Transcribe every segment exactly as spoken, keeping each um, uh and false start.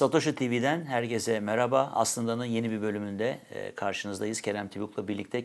Satoshi T V'den herkese merhaba. Aslında'nın yeni bir bölümünde karşınızdayız. Kerem Tibuk'la birlikte.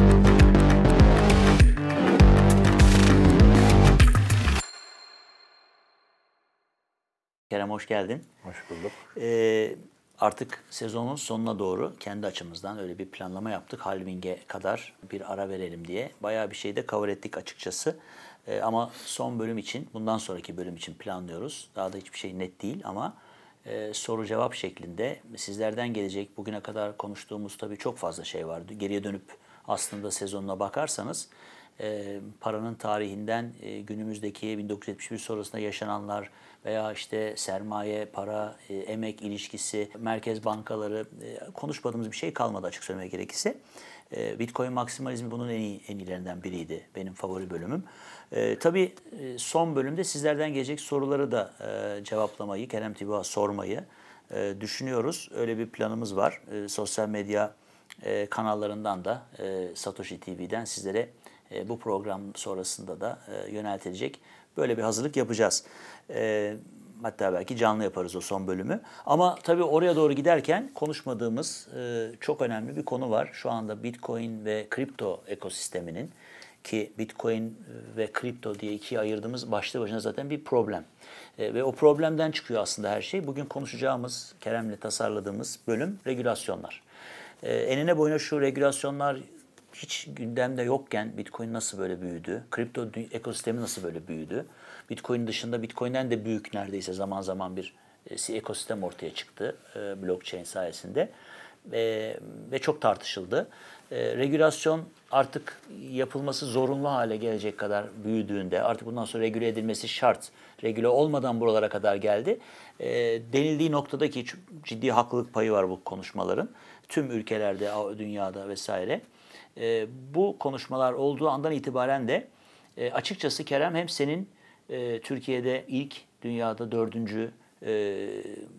Kerem hoş geldin. Hoş bulduk. Ee, artık sezonun sonuna doğru kendi açımızdan öyle bir planlama yaptık. Halving'e kadar bir ara verelim diye. Bayağı bir şey de cover ettik açıkçası. Ee, ama son bölüm için, bundan sonraki bölüm için planlıyoruz. Daha da hiçbir şey net değil ama e, soru cevap şeklinde sizlerden gelecek. Bugüne kadar konuştuğumuz tabii çok fazla şey vardı. Geriye dönüp aslında sezonuna bakarsanız e, paranın tarihinden e, günümüzdeki bin dokuz yüz yetmiş bir sonrasında yaşananlar veya işte sermaye, para, e, emek ilişkisi, merkez bankaları e, konuşmadığımız bir şey kalmadı açık söylemek gerekirse. E, Bitcoin maksimalizmi bunun en iyi, en iyilerinden biriydi. Benim favori bölümüm. E, tabii e, son bölümde sizlerden gelecek soruları da e, cevaplamayı, Kerem Tibuk'a sormayı e, düşünüyoruz. Öyle bir planımız var. E, sosyal medya e, kanallarından da e, Satoshi T V'den sizlere e, bu program sonrasında da e, yöneltilecek böyle bir hazırlık yapacağız. E, hatta belki canlı yaparız o son bölümü. Ama tabii oraya doğru giderken konuşmadığımız e, çok önemli bir konu var. Şu anda Bitcoin ve kripto ekosisteminin, ki Bitcoin ve kripto diye ikiye ayırdığımız başlı başına zaten bir problem. E, ve o problemden çıkıyor aslında her şey. Bugün konuşacağımız, Kerem'le tasarladığımız bölüm regülasyonlar. E, enine boyuna şu regülasyonlar hiç gündemde yokken Bitcoin nasıl böyle büyüdü? Kripto ekosistemi nasıl böyle büyüdü? Bitcoin dışında Bitcoin'den de büyük neredeyse zaman zaman bir ekosistem ortaya çıktı e, blockchain sayesinde. E, ve çok tartışıldı. E, regülasyon artık yapılması zorunlu hale gelecek kadar büyüdüğünde, artık bundan sonra regüle edilmesi şart, regüle olmadan buralara kadar geldi. E, denildiği noktadaki ciddi haklılık payı var bu konuşmaların. Tüm ülkelerde, dünyada vesaire. E, bu konuşmalar olduğu andan itibaren de e, açıkçası Kerem, hem senin e, Türkiye'de ilk, dünyada dördüncü e,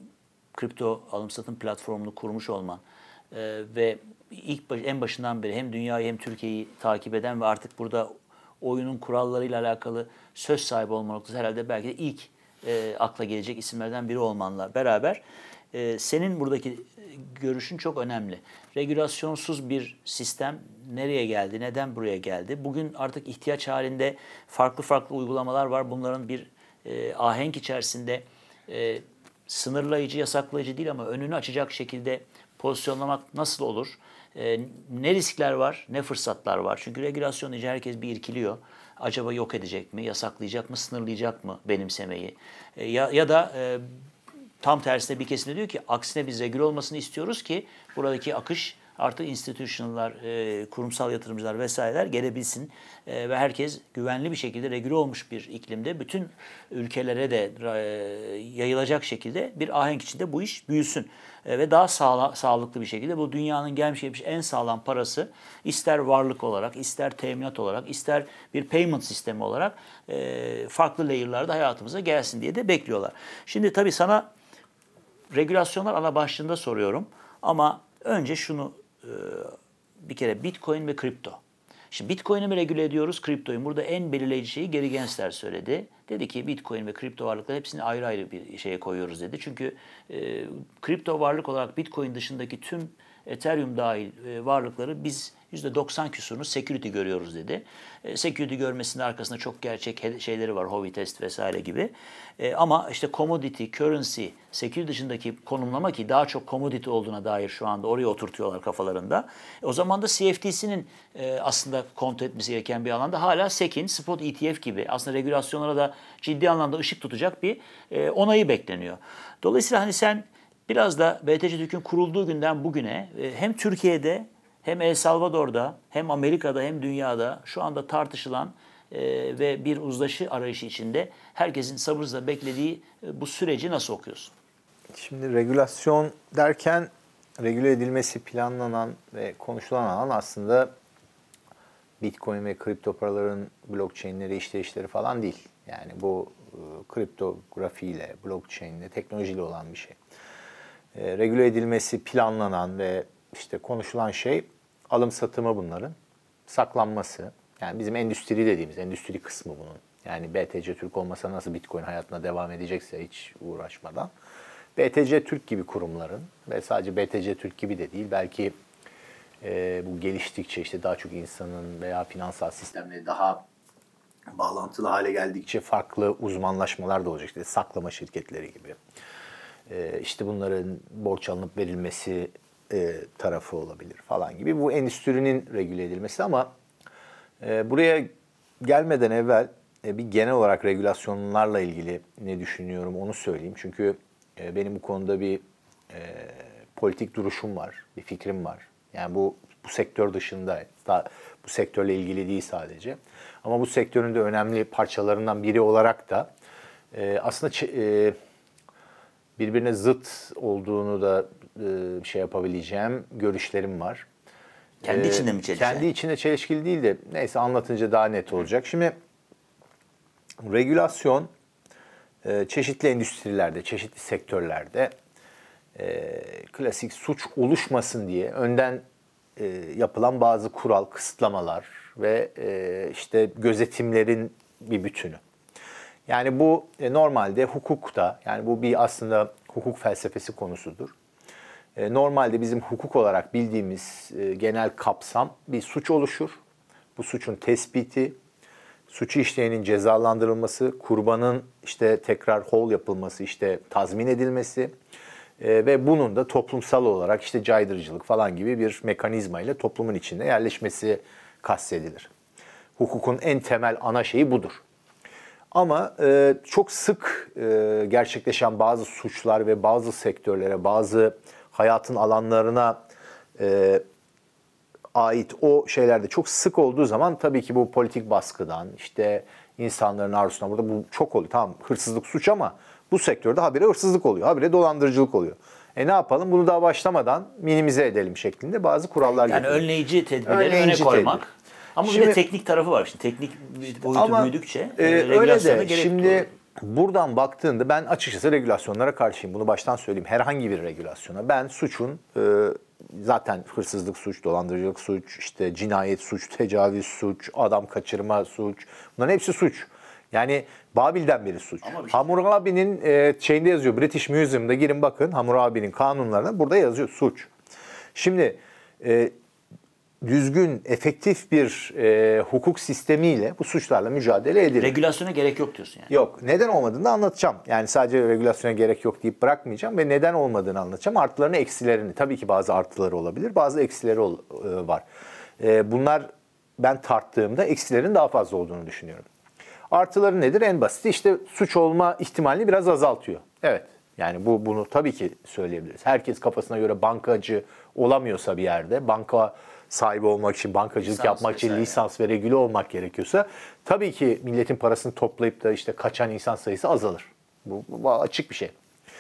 kripto alım satım platformunu kurmuş olman e, ve ilk en başından beri hem dünyayı hem Türkiye'yi takip eden ve artık burada oyunun kurallarıyla alakalı söz sahibi olma noktası herhalde belki de ilk e, akla gelecek isimlerden biri olmanla beraber e, senin buradaki görüşün çok önemli. Regülasyonsuz bir sistem nereye geldi, neden buraya geldi? Bugün artık ihtiyaç halinde farklı farklı uygulamalar var. Bunların bir e, ahenk içerisinde e, sınırlayıcı, yasaklayıcı değil ama önünü açacak şekilde pozisyonlamak nasıl olur? E, ne riskler var, ne fırsatlar var? Çünkü regülasyon deyince herkes bir irkiliyor. Acaba yok edecek mi, yasaklayacak mı, sınırlayacak mı benimsemeyi? E, ya, ya da e, tam tersine bir kesim de diyor ki aksine biz regüle olmasını istiyoruz ki buradaki akış artık institutional'lar, e, kurumsal yatırımcılar vesaireler gelebilsin e, ve herkes güvenli bir şekilde regüle olmuş bir iklimde bütün ülkelere de e, yayılacak şekilde bir ahenk içinde bu iş büyüsün. E, ve daha sağla, sağlıklı bir şekilde bu dünyanın gelmiş geçmiş en sağlam parası, ister varlık olarak, ister teminat olarak, ister bir payment sistemi olarak e, farklı layer'larda hayatımıza gelsin diye de bekliyorlar. Şimdi tabii sana regülasyonlar ana başlığında soruyorum ama önce şunu e, bir kere Bitcoin ve kripto. Şimdi Bitcoin'i mi regüle ediyoruz, kriptoyu? Burada en belirleyici şeyi Gary Gensler söyledi. Dedi ki Bitcoin ve kripto varlıklar hepsini ayrı ayrı bir şeye koyuyoruz dedi. Çünkü e, kripto varlık olarak Bitcoin dışındaki tüm Ethereum dahil e, varlıkları biz yüzde doksan küsurunu security görüyoruz dedi. E, security görmesinin arkasında çok gerçek şeyleri var, Howey test vesaire gibi. E, ama işte commodity, currency, security dışındaki konumlama, ki daha çok commodity olduğuna dair şu anda oraya oturtuyorlar kafalarında. E, o zaman da C F T C'nin e, aslında kontrol etmesi gereken bir alanda hala S E C'in spot E T F gibi aslında regülasyonlara da ciddi anlamda ışık tutacak bir e, onayı bekleniyor. Dolayısıyla hani sen biraz da B T C Türk'ün kurulduğu günden bugüne hem Türkiye'de hem El Salvador'da hem Amerika'da hem dünyada şu anda tartışılan ve bir uzlaşı arayışı içinde herkesin sabırsızla beklediği bu süreci nasıl okuyorsun? Şimdi regülasyon derken regüle edilmesi planlanan ve konuşulan alan aslında Bitcoin ve kripto paraların blockchain'leri, işleyişleri falan değil. Yani bu kriptografiyle, blockchain'le, teknolojiyle olan bir şey. E, regüle edilmesi planlanan ve işte konuşulan şey alım satımı bunların. Saklanması. Yani bizim endüstri dediğimiz, endüstri kısmı bunun. Yani B T C Türk olmasa nasıl Bitcoin hayatına devam edecekse hiç uğraşmadan. B T C Türk gibi kurumların ve sadece B T C Türk gibi de değil, belki e, bu geliştikçe işte daha çok insanın veya finansal sistemle daha bağlantılı hale geldikçe farklı uzmanlaşmalar da olacak. İşte saklama şirketleri gibi. E, işte bunların borç alınıp verilmesi e, tarafı olabilir falan gibi. Bu endüstrinin regüle edilmesi ama e, buraya gelmeden evvel e, bir genel olarak regülasyonlarla ilgili ne düşünüyorum onu söyleyeyim. Çünkü e, benim bu konuda bir e, politik duruşum var, bir fikrim var. Yani bu bu sektör dışında, daha bu sektörle ilgili değil sadece. Ama bu sektörün de önemli parçalarından biri olarak da e, aslında e, birbirine zıt olduğunu da e, şey yapabileceğim görüşlerim var. Kendi E, içinde mi çelişki? Kendi içinde çelişkili değil de neyse anlatınca daha net olacak. Şimdi regülasyon e, çeşitli endüstrilerde, çeşitli sektörlerde e, klasik suç oluşmasın diye önden e, yapılan bazı kural, kısıtlamalar ve e, işte gözetimlerin bir bütünü. Yani bu e, normalde hukukta, yani bu bir aslında hukuk felsefesi konusudur. E, normalde bizim hukuk olarak bildiğimiz e, genel kapsam bir suç oluşur. Bu suçun tespiti, suçu işleyenin cezalandırılması, kurbanın işte tekrar hol yapılması, işte tazmin edilmesi e, ve bunun da toplumsal olarak işte caydırıcılık falan gibi bir mekanizma ile toplumun içinde yerleşmesi kastedilir. Hukukun en temel ana şeyi budur. Ama e, çok sık e, gerçekleşen bazı suçlar ve bazı sektörlere, bazı hayatın alanlarına e, ait o şeylerde çok sık olduğu zaman tabii ki bu politik baskıdan, işte insanların arzusundan, burada bu çok oluyor. Tamam, hırsızlık suç ama bu sektörde habire hırsızlık oluyor, habire dolandırıcılık oluyor. E ne yapalım? Bunu daha başlamadan minimize edelim şeklinde bazı kurallar Yani getiriyor. önleyici tedbirleri Önleyici öne koymak. tedbir. Ama Şimdi, bir de teknik tarafı var. Şimdi teknik boyutu ama, büyüdükçe e, e, öyle regülasyona de gerek şimdi duyuyor. buradan baktığında ben açıkçası regülasyonlara karşıyım. Bunu baştan söyleyeyim. Herhangi bir regülasyona. Ben suçun e, zaten hırsızlık suç, dolandırıcılık suç, işte cinayet suç, tecavüz suç, adam kaçırma suç. Bunların hepsi suç. Yani Babil'den beri suç. Ama bir şey- Hammurabi'nin e, şeyinde yazıyor. British Museum'da girin bakın Hammurabi'nin kanunlarına. Burada yazıyor suç. Şimdi e, düzgün, efektif bir e, hukuk sistemiyle bu suçlarla mücadele edilir. Regülasyona gerek yok diyorsun yani. Yok. Neden olmadığını da anlatacağım. Yani sadece regülasyona gerek yok deyip bırakmayacağım ve neden olmadığını anlatacağım. Artılarını, eksilerini. Tabii ki bazı artıları olabilir, bazı eksileri ol, e, var. E, bunlar ben tarttığımda eksilerin daha fazla olduğunu düşünüyorum. Artıları nedir? En basiti işte suç olma ihtimalini biraz azaltıyor. Evet. Yani bu bunu tabii ki söyleyebiliriz. Herkes kafasına göre bankacı olamıyorsa bir yerde, banka sahibi olmak için, bankacılık Lisans yapmak için vesaire. lisans ve regüle olmak gerekiyorsa tabii ki milletin parasını toplayıp da işte kaçan insan sayısı azalır. Bu, bu açık bir şey.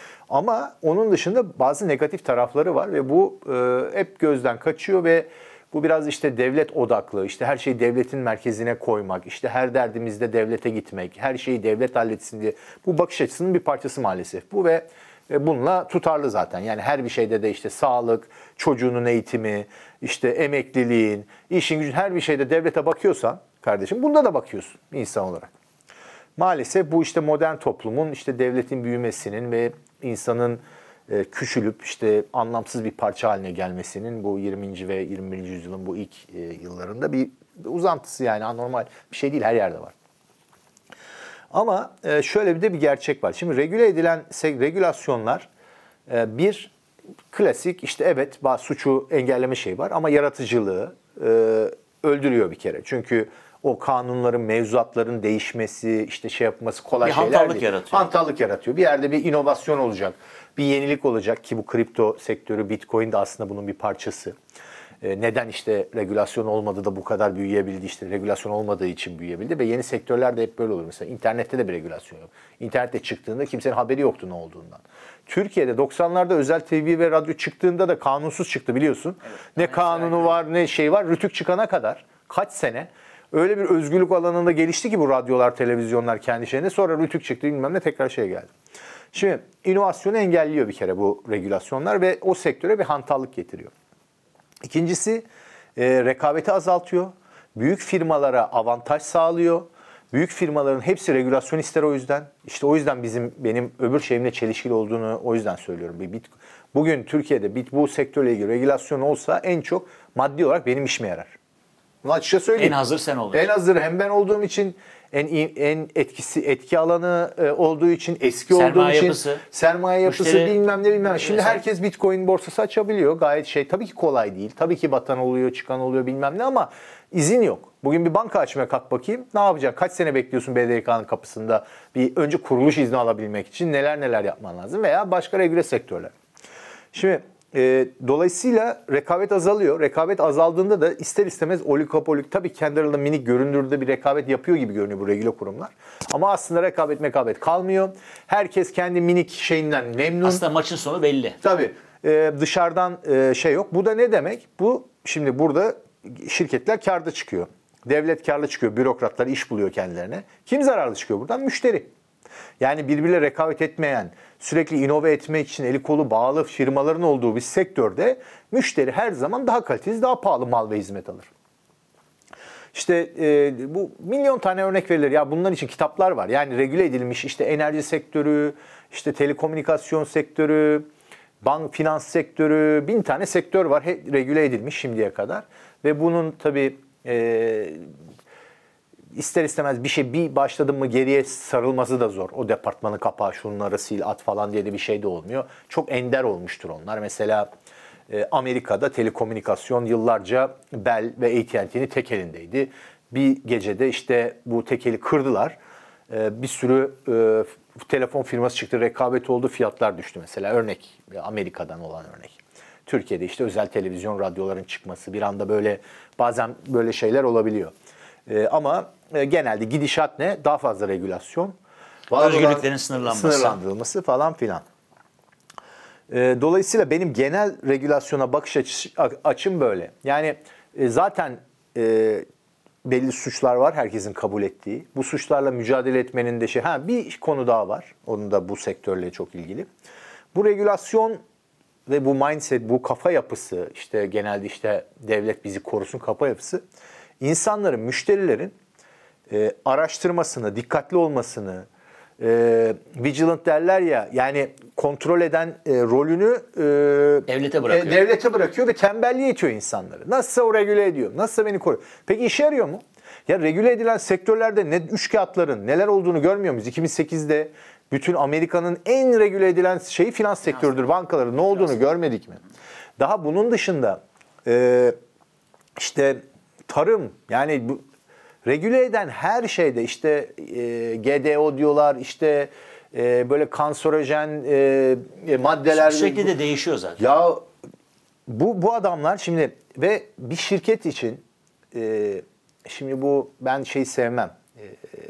Ama onun dışında bazı negatif tarafları var ve bu e, hep gözden kaçıyor ve bu biraz işte devlet odaklı, işte her şeyi devletin merkezine koymak, işte her derdimizde devlete gitmek, her şeyi devlet halletsin diye. Bu bakış açısının bir parçası maalesef bu ve ve bununla tutarlı zaten. Yani her bir şeyde de işte sağlık, çocuğunun eğitimi, işte emekliliğin, işin gücün her bir şeyde devlete bakıyorsan kardeşim bunda da bakıyorsun insan olarak. Maalesef bu işte modern toplumun işte devletin büyümesinin ve insanın e, küçülüp işte anlamsız bir parça haline gelmesinin bu yirminci ve yirmi birinci yüzyılın bu ilk e, yıllarında bir uzantısı yani anormal bir şey değil, her yerde var. Ama e, şöyle bir de bir gerçek var. Şimdi regüle edilen regülasyonlar e, bir klasik işte evet bazı suçu engelleme şey var ama yaratıcılığı e, öldürüyor bir kere. Çünkü o kanunların, mevzuatların değişmesi, işte şey yapması kolay Bir şeyler hantallık değil. yaratıyor. Hantallık yaratıyor. Bir yerde bir inovasyon olacak, bir yenilik olacak ki bu kripto sektörü, Bitcoin de aslında bunun bir parçası. Ee, neden işte regülasyon olmadı da bu kadar büyüyebildi, işte regülasyon olmadığı için büyüyebildi ve yeni sektörler de hep böyle olur. Mesela internette de bir regülasyon yok. İnternette çıktığında kimsenin haberi yoktu ne olduğundan. Türkiye'de doksanlarda özel T V ve radyo çıktığında da kanunsuz çıktı biliyorsun. Evet, ne yani kanunu var ne şey var. Rütük çıkana kadar kaç sene öyle bir özgürlük alanında gelişti ki bu radyolar, televizyonlar kendi şeyine. Sonra Rütük çıktı bilmem ne tekrar şey geldi. Şimdi inovasyonu engelliyor bir kere bu regülasyonlar ve o sektöre bir hantallık getiriyor. İkincisi e, rekabeti azaltıyor. Büyük firmalara avantaj sağlıyor Büyük firmaların hepsi regülasyon ister o yüzden. İşte o yüzden bizim benim öbür şeyimle çelişkili olduğunu o yüzden söylüyorum. Bir bit, bugün Türkiye'de bit, bu sektörle ilgili regülasyon olsa en çok maddi olarak benim işime yarar. Bunu açıkça söyleyeyim. En hazır sen olursun. En hazır hem ben olduğum için, en iyi, en etkisi etki alanı e, olduğu için, eski Sermaye olduğum için, yapısı, sermaye yapısı müşteri, bilmem ne bilmem. Şimdi mesela, herkes Bitcoin borsası açabiliyor. Gayet şey, tabii ki kolay değil. Tabii ki batan oluyor, çıkan oluyor bilmem ne ama izin yok. Bugün bir banka açmaya kalk bakayım. Ne yapacaksın? Kaç sene bekliyorsun B D K'nın kapısında? Bir önce kuruluş izni alabilmek için neler neler yapman lazım veya başka regüle sektörler. Şimdi e, dolayısıyla rekabet azalıyor. Rekabet azaldığında da ister istemez oligopolik, tabii kendi aralarında minik göründüğünde bir rekabet yapıyor gibi görünüyor bu regüle kurumlar. Ama aslında rekabet mekabet kalmıyor. Herkes kendi minik şeyinden memnun. Aslında maçın sonu belli. Tabii e, dışarıdan e, şey yok. Bu da ne demek? Bu şimdi burada şirketler kârda çıkıyor. Devlet kârlı çıkıyor. Bürokratlar iş buluyor kendilerine. Kim zararlı çıkıyor buradan? Müşteri. Yani birbiriyle rekabet etmeyen, sürekli inove etmek için eli kolu bağlı firmaların olduğu bir sektörde müşteri her zaman daha kaliteli, daha pahalı mal ve hizmet alır. İşte e, bu milyon tane örnek verilir. Ya bunların için kitaplar var. Yani regüle edilmiş işte enerji sektörü, işte telekomünikasyon sektörü, bank, finans sektörü, bin tane sektör var. He, regüle edilmiş şimdiye kadar. Ve bunun tabii e, ister istemez bir şey bir başladın mı geriye sarılması da zor. O departmanı kapa, şunları sil, at falan diye de bir şey de olmuyor. Çok ender olmuştur onlar. Mesela e, Amerika'da telekomünikasyon yıllarca Bell ve A T and T'nin tek elindeydi. Bir gecede işte bu tekeli kırdılar. E, bir sürü e, telefon firması çıktı, rekabet oldu, fiyatlar düştü mesela. Örnek, Amerika'dan olan örnek. Türkiye'de işte özel televizyon, radyoların çıkması, bir anda böyle bazen böyle şeyler olabiliyor. E, ama e, genelde gidişat ne? Daha fazla regülasyon. Özgürlüklerin sınırlanması. Sınırlandırılması falan filan. E, dolayısıyla benim genel regülasyona bakış açı, açım böyle. Yani e, zaten e, belli suçlar var herkesin kabul ettiği. Bu suçlarla mücadele etmenin de şey... Ha, bir konu daha var. Onun da bu sektörle çok ilgili. Bu regülasyon ve bu mindset, bu kafa yapısı, işte genelde işte devlet bizi korusun kafa yapısı, insanların, müşterilerin e, araştırmasını, dikkatli olmasını, e, vigilant derler ya, yani kontrol eden e, rolünü e, devlete bırakıyor. E, devlete bırakıyor ve tembelliğe itiyor insanları. Nasılsa o regüle ediyor, nasılsa beni koruyor. Peki işe yarıyor mu? Ya regüle edilen sektörlerde ne üçkağıtların neler olduğunu görmüyor muyuz? iki bin sekizde bütün Amerika'nın en regüle edilen şeyi finans sektörüdür, bankaları. Ne olduğunu görmedik mi? Daha bunun dışında e, işte tarım, yani bu regüle eden her şeyde işte e, G D O diyorlar, işte e, böyle kanserojen e, maddeler. Bir şekilde değişiyor zaten. Ya bu bu adamlar şimdi ve bir şirket için e, şimdi bu ben şeyi sevmem. E,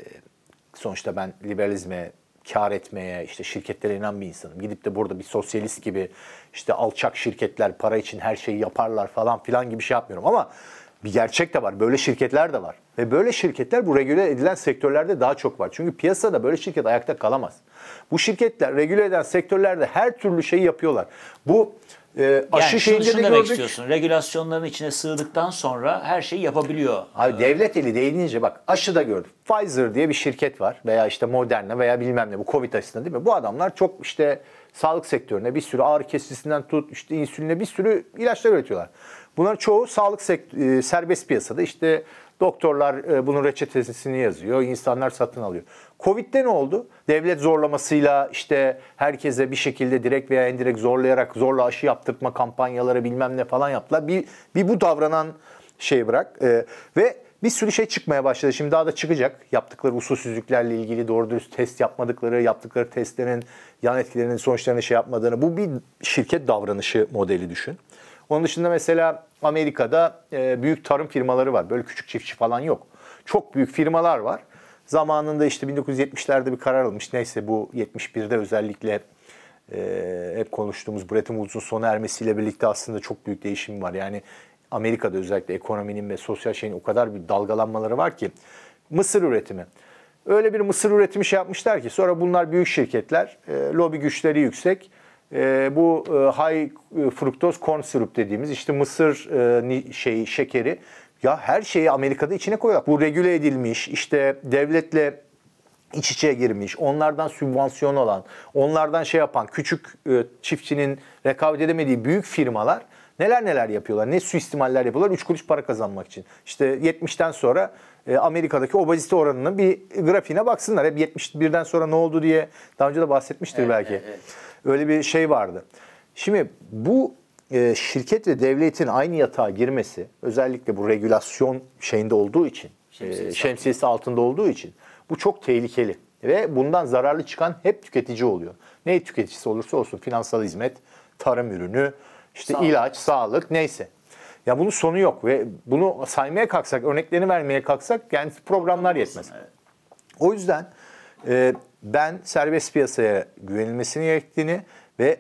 sonuçta ben liberalizme, kar etmeye, işte şirketlere inanan bir insanım. Gidip de burada bir sosyalist gibi işte alçak şirketler para için her şeyi yaparlar falan filan gibi şey yapmıyorum. Ama bir gerçek de var. Böyle şirketler de var. Ve böyle şirketler bu regüle edilen sektörlerde daha çok var. Çünkü piyasada böyle şirket ayakta kalamaz. Bu şirketler regüle edilen sektörlerde her türlü şeyi yapıyorlar. Bu e, aşı yani şeyinde şunu de demek gördük. istiyorsun. Regülasyonların içine sığdıktan sonra her şeyi yapabiliyor. Abi devlet eli değilince bak aşı da gördüm. Pfizer diye bir şirket var veya işte Moderna veya bilmem ne bu Covid aşısında değil mi? Bu adamlar çok işte sağlık sektörüne bir sürü ağrı kesicisinden tut işte insüline bir sürü ilaçlar üretiyorlar. Bunların çoğu sağlık sekt- serbest piyasada işte doktorlar bunun reçetesini yazıyor, insanlar satın alıyor. Covid'de ne oldu? Devlet zorlamasıyla işte herkese bir şekilde direkt veya indirekt zorlayarak zorla aşı yaptırtma kampanyaları bilmem ne falan yaptılar. Bir, bir bu davranan şey bırak ee, ve bir sürü şey çıkmaya başladı. Şimdi daha da çıkacak. Yaptıkları usulsüzlüklerle ilgili doğru dürüst test yapmadıkları, yaptıkları testlerin yan etkilerinin sonuçlarını şey yapmadığını. Bu bir şirket davranışı modeli düşün. Onun dışında mesela Amerika'da e, büyük tarım firmaları var. Böyle küçük çiftçi falan yok. Çok büyük firmalar var. Zamanında işte bin dokuz yüz yetmişlerde bir karar alınmış. Neyse bu yetmiş birde özellikle e, hep konuştuğumuz Bretton Woods'un sona ermesiyle birlikte aslında çok büyük değişim var. Yani Amerika'da özellikle ekonominin ve sosyal şeyin o kadar bir dalgalanmaları var ki. Mısır üretimi. Öyle bir mısır üretimi şey yapmışlar ki sonra bunlar büyük şirketler, e, lobi güçleri yüksek. E, bu e, high fructose corn syrup dediğimiz işte mısır e, şey şekeri Ya her şeyi Amerika'da içine koyuyorlar. Bu regüle edilmiş, işte devletle iç içe girmiş, onlardan sübvansiyon alan, onlardan şey yapan küçük e, çiftçinin rekabet edemediği büyük firmalar neler neler yapıyorlar. Ne suistimaller yapıyorlar üç kuruş para kazanmak için. İşte yetmişten sonra e, Amerika'daki obezite oranının bir grafiğine baksınlar. Hep yetmiş birden sonra ne oldu diye daha önce de bahsetmiştir Evet, belki. evet, evet. Öyle bir şey vardı. Şimdi bu e, şirket ve devletin aynı yatağa girmesi, özellikle bu regülasyon şeyinde olduğu için, Şemsiyesi e, şemsiyesi altında olduğu için bu çok tehlikeli. Ve bundan zararlı çıkan hep tüketici oluyor. Ne tüketicisi olursa olsun, finansal hizmet, tarım ürünü, işte Sağlık. ilaç, sağlık neyse. Ya bunun sonu yok ve bunu saymaya kalksak, örneklerini vermeye kalksak yani programlar yetmez. Evet. O yüzden e, ben serbest piyasaya güvenilmesini gerektiğini ve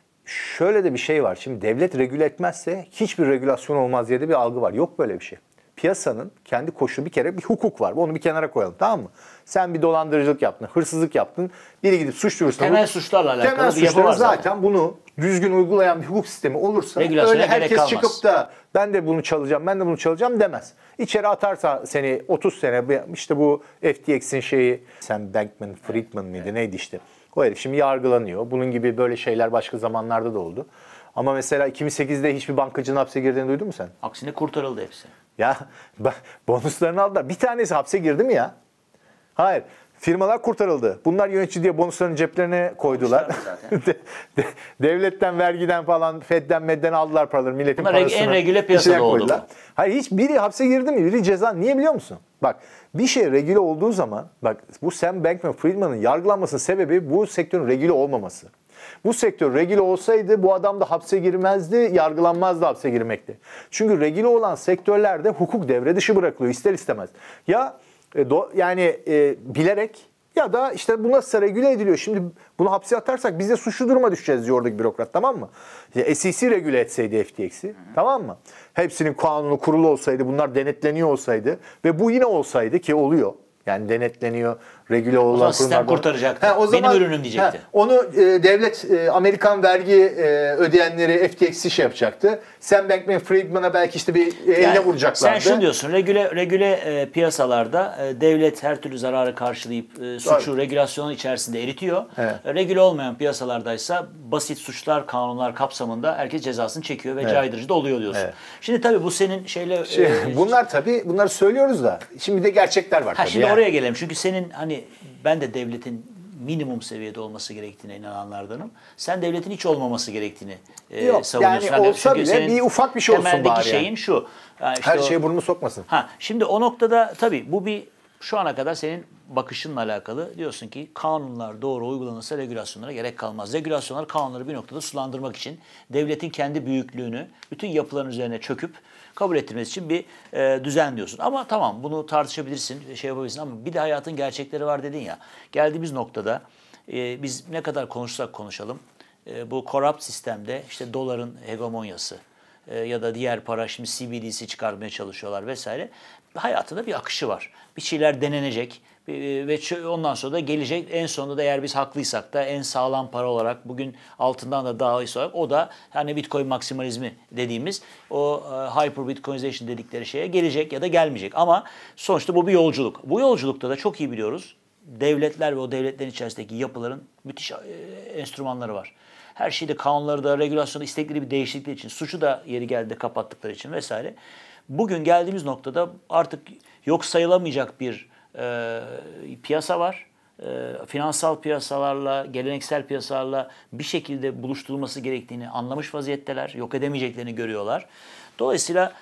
şöyle de bir şey var. Şimdi devlet regüle etmezse hiçbir regülasyon olmaz diye de bir algı var. Yok böyle bir şey. Piyasanın kendi koşulu bir kere bir hukuk var. Onu bir kenara koyalım, tamam mı? Sen bir dolandırıcılık yaptın, hırsızlık yaptın. Biri gidip suç duyurusuna... Temel suçlarla alakalı temel bir yapı suçları var zaten. zaten bunu düzgün uygulayan bir hukuk sistemi olursa Regülasyona öyle gerek herkes kalmaz. çıkıp da ben de bunu çalacağım, ben de bunu çalacağım demez. İçeri atarsa seni otuz sene, işte bu F T X'in şeyi, Sam Bankman-Friedman mıydı evet. neydi işte. O herif şimdi yargılanıyor. Bunun gibi böyle şeyler başka zamanlarda da oldu. Ama mesela iki bin sekizde hiçbir bankacının hapse girdiğini duydun mu sen? Aksine kurtarıldı hepsi. Ya bonuslarını aldılar. Bir tanesi hapse girdi mi ya? Hayır. Firmalar kurtarıldı. Bunlar yönetici diye bonuslarını ceplerine koydular. Zaten. De- de- Devletten, vergiden falan, Fed'den, Med'den aldılar paraları. Milletin Bunlar en parasını regüle piyasada içine oldu koydular. bu. Hayır, hiç biri hapse girdi mi? Biri ceza. Niye biliyor musun? Bak, bir şey regüle olduğu zaman, bak bu Sam Bankman-Friedman'ın yargılanmasının sebebi bu sektörün regüle olmaması. Bu sektör regüle olsaydı bu adam da hapse girmezdi, yargılanmazdı hapse girmekte. Çünkü regüle olan sektörlerde hukuk devre dışı bırakılıyor ister istemez. Ya e, do, yani e, bilerek ya da işte bu nasıl regüle ediliyor. Şimdi bunu hapse atarsak biz de suçlu duruma düşeceğiz diyor oradaki bürokrat, tamam mı? Ya, S E C regüle etseydi F T X'i, tamam mı? Hepsinin kanunu kurulu olsaydı, bunlar denetleniyor olsaydı ve bu yine olsaydı ki oluyor. Yani denetleniyor, regüle olan zaman sistem kurumlardan- kurtaracaktı. He, o Benim zaman- ürünüm diyecekti. he, onu e, devlet e, Amerikan vergi e, ödeyenleri F T X'i şey yapacaktı. Sam Bankman-Friedman'a belki işte bir e, eline Yani vuracaklardı. Sen şunu diyorsun, regüle, regüle e, piyasalarda e, devlet her türlü zararı karşılayıp e, suçu Tabii. regülasyonun içerisinde eritiyor. Evet. E, regüle olmayan piyasalardaysa basit suçlar, kanunlar kapsamında herkes cezasını çekiyor ve caydırıcı da oluyor diyorsun. Evet. Şimdi tabii bu senin şeyle... Şey, e, bunlar tabii bunları söylüyoruz da şimdi bir de gerçekler var Ha, tabii. şimdi yani. oraya gelelim. Çünkü senin hani ben de devletin minimum seviyede olması gerektiğine inananlardanım. Sen devletin hiç olmaması gerektiğini e, Yok, savunuyorsun. yani Hani olsa çünkü bile senin bir ufak bir şey olsun temeldeki bari yani. şeyin şu. Yani işte Her o- şeye burnunu sokmasın. Ha, şimdi o noktada tabii bu bir şu ana kadar senin bakışınla alakalı. Diyorsun ki kanunlar doğru uygulanırsa regülasyonlara gerek kalmaz. Regülasyonlar kanunları bir noktada sulandırmak için devletin kendi büyüklüğünü bütün yapıların üzerine çöküp kabul ettirmesi için bir e, düzen diyorsun. Ama tamam bunu tartışabilirsin, şey yapabilirsin ama bir de hayatın gerçekleri var dedin ya. Geldiğimiz noktada e, biz ne kadar konuşsak konuşalım e, bu corrupt sistemde işte doların hegemonyası e, ya da diğer para şimdi C B D C çıkarmaya çalışıyorlar vesaire. Hayatında bir akışı var. Bir şeyler denenecek e, ve çö- ondan sonra da gelecek. En sonunda da eğer biz haklıysak da en sağlam para olarak bugün altından da daha iyisi olarak o da hani Bitcoin maksimalizmi dediğimiz o e, hyper Bitcoinization dedikleri şeye gelecek ya da gelmeyecek. Ama sonuçta bu bir yolculuk. Bu yolculukta da çok iyi biliyoruz. Devletler ve o devletlerin içerisindeki yapıların müthiş e, enstrümanları var. Her şeyde kanunları da regülasyonu istekleri bir değişiklikleri için, suçu da yeri geldi kapattıkları için vesaire. Bugün geldiğimiz noktada artık yok sayılamayacak bir e, piyasa var. E, finansal piyasalarla, geleneksel piyasalarla bir şekilde buluşturulması gerektiğini anlamış vaziyetteler. Yok edemeyeceklerini görüyorlar. Dolayısıyla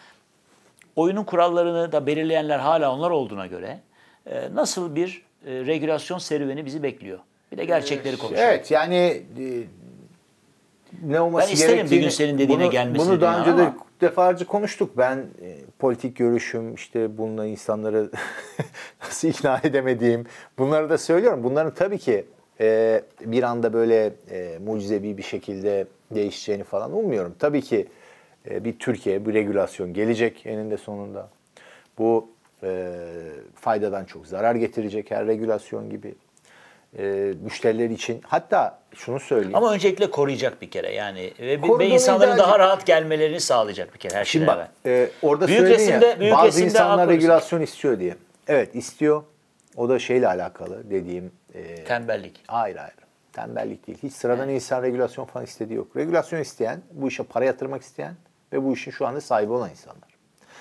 oyunun kurallarını da belirleyenler hala onlar olduğuna göre e, nasıl bir e, regülasyon serüveni bizi bekliyor? Bir de gerçekleri konuşalım. Evet yani e, ne olması Ben isterim bir gerektiğini... gün senin dediğine bunu, gelmesini Bunu daha dünyanın önce de ama- defalarca konuştuk. Ben e, politik görüşüm, işte bununla insanları nasıl ikna edemediğim, bunları da söylüyorum. Bunların tabii ki e, bir anda böyle e, mucizevi bir şekilde değişeceğini falan ummuyorum. Tabii ki e, bir Türkiye, bir regülasyon gelecek eninde sonunda. Bu e, faydadan çok zarar getirecek her regülasyon gibi. e, müşteriler için. Hatta şunu söyleyeyim. Ama öncelikle koruyacak bir kere yani ve, ve Koruduğunu insanların iddia daha rahat gelmelerini sağlayacak bir kere her Şimdi şeyden bak, evvel. e, orada Büyük söyledin resimde- ya, büyük bazı resimde insanlar haklısın. regülasyon istiyor diye. Evet istiyor. O da şeyle alakalı dediğim. E, Tembellik. hayır hayır. Tembellik değil. Hiç sıradan insan regülasyon falan istediği yok. Regülasyon isteyen, bu işe para yatırmak isteyen ve bu işin şu anda sahibi olan insanlar.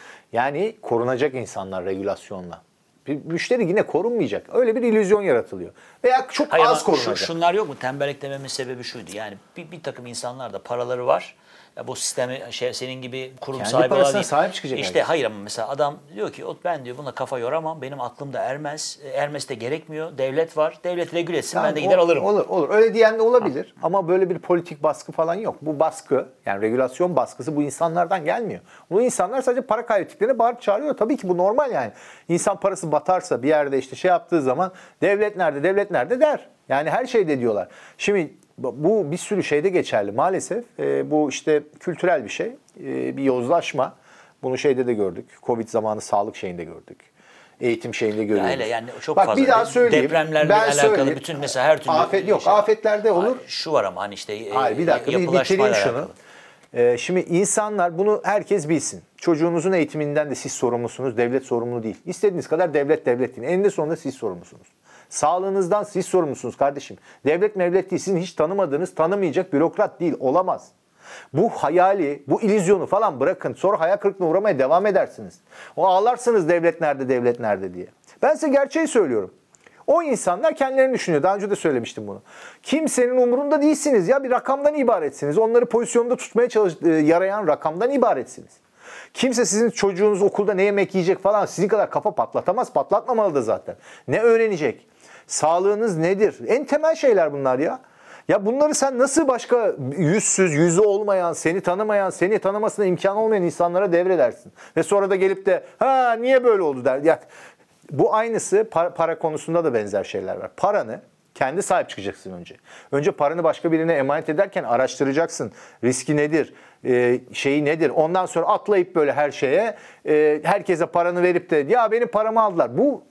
Yani korunacak insanlar regülasyonla. Bir müşteri yine korunmayacak. Öyle bir illüzyon yaratılıyor. Veya çok Hayır, az ama şu- korunacak. şunlar yok mu? Tembellik dememin sebebi şuydu. Yani bir, bir takım insanlar da paraları var. Ya bu sistemi şey, senin gibi kurum Kendi sahibi olan parasına değil. sahip çıkacak İşte herkes. hayır ama mesela adam diyor ki ben diyor buna kafa yoramam. Benim aklım da ermez. E, Ermesi de gerekmiyor. Devlet var. Devlet regüle etsin. Tamam, ben de gider o- alırım. Olur, olur. Öyle diyen de olabilir. Ama böyle bir politik baskı falan yok. Bu baskı, yani regülasyon baskısı bu insanlardan gelmiyor. Bu insanlar sadece para kaybettiklerine bağırıp çağırıyor. Tabii ki bu normal yani. İnsan parası batarsa bir yerde işte şey yaptığı zaman devlet nerede, devlet nerede der. Yani her şeyde diyorlar. Şimdi bu bir sürü şeyde geçerli maalesef. E, bu işte kültürel bir şey. E, bir yozlaşma. Bunu şeyde de gördük. Covid zamanı sağlık şeyinde gördük. Eğitim şeyinde görüyoruz. hele yani çok Bak, fazla. bir daha De- söyleyeyim. depremlerle Ben alakalı söyleyeyim. bütün mesela her türlü Afet yok. şey- Afetlerde olur. Hayır, şu var ama hani işte e, Hayır bir dakika bir yapılaşmayla bitireyim şunu. alakalı. Ee, şimdi insanlar bunu herkes bilsin. Çocuğunuzun eğitiminden de siz sorumlusunuz. Devlet sorumlu değil. İstediğiniz kadar devlet devlet deyin. Eninde sonunda siz sorumlusunuz. Sağlığınızdan siz sorumlusunuz kardeşim. Devlet mevlet değil. Sizin hiç tanımadığınız, tanımayacak bürokrat değil. Olamaz. Bu hayali, bu illüzyonu falan bırakın. Sonra hayal kırıklığına uğramaya devam edersiniz. O ağlarsınız devlet nerede, devlet nerede diye. Ben size gerçeği söylüyorum. O insanlar kendilerini düşünüyor. Daha önce de söylemiştim bunu. Kimsenin umurunda değilsiniz ya. Bir rakamdan ibaretsiniz. Onları pozisyonda tutmaya çalış e, yarayan rakamdan ibaretsiniz. Kimse sizin çocuğunuz okulda ne yemek yiyecek falan sizin kadar kafa patlatamaz. Patlatmamalı da zaten. Ne öğrenecek? Sağlığınız nedir? En temel şeyler bunlar ya. Ya bunları sen nasıl başka yüzsüz, yüzü olmayan, seni tanımayan, seni tanımasına imkan olmayan insanlara devredersin? Ve sonra da gelip de ha niye böyle oldu der. Ya, bu aynısı para, para konusunda da benzer şeyler var. Paranı kendi sahip çıkacaksın önce. Önce paranı başka birine emanet ederken araştıracaksın. Riski nedir? Ee, şeyi nedir? Ondan sonra atlayıp böyle her şeye e, herkese paranı verip de ya benim paramı aldılar. Bu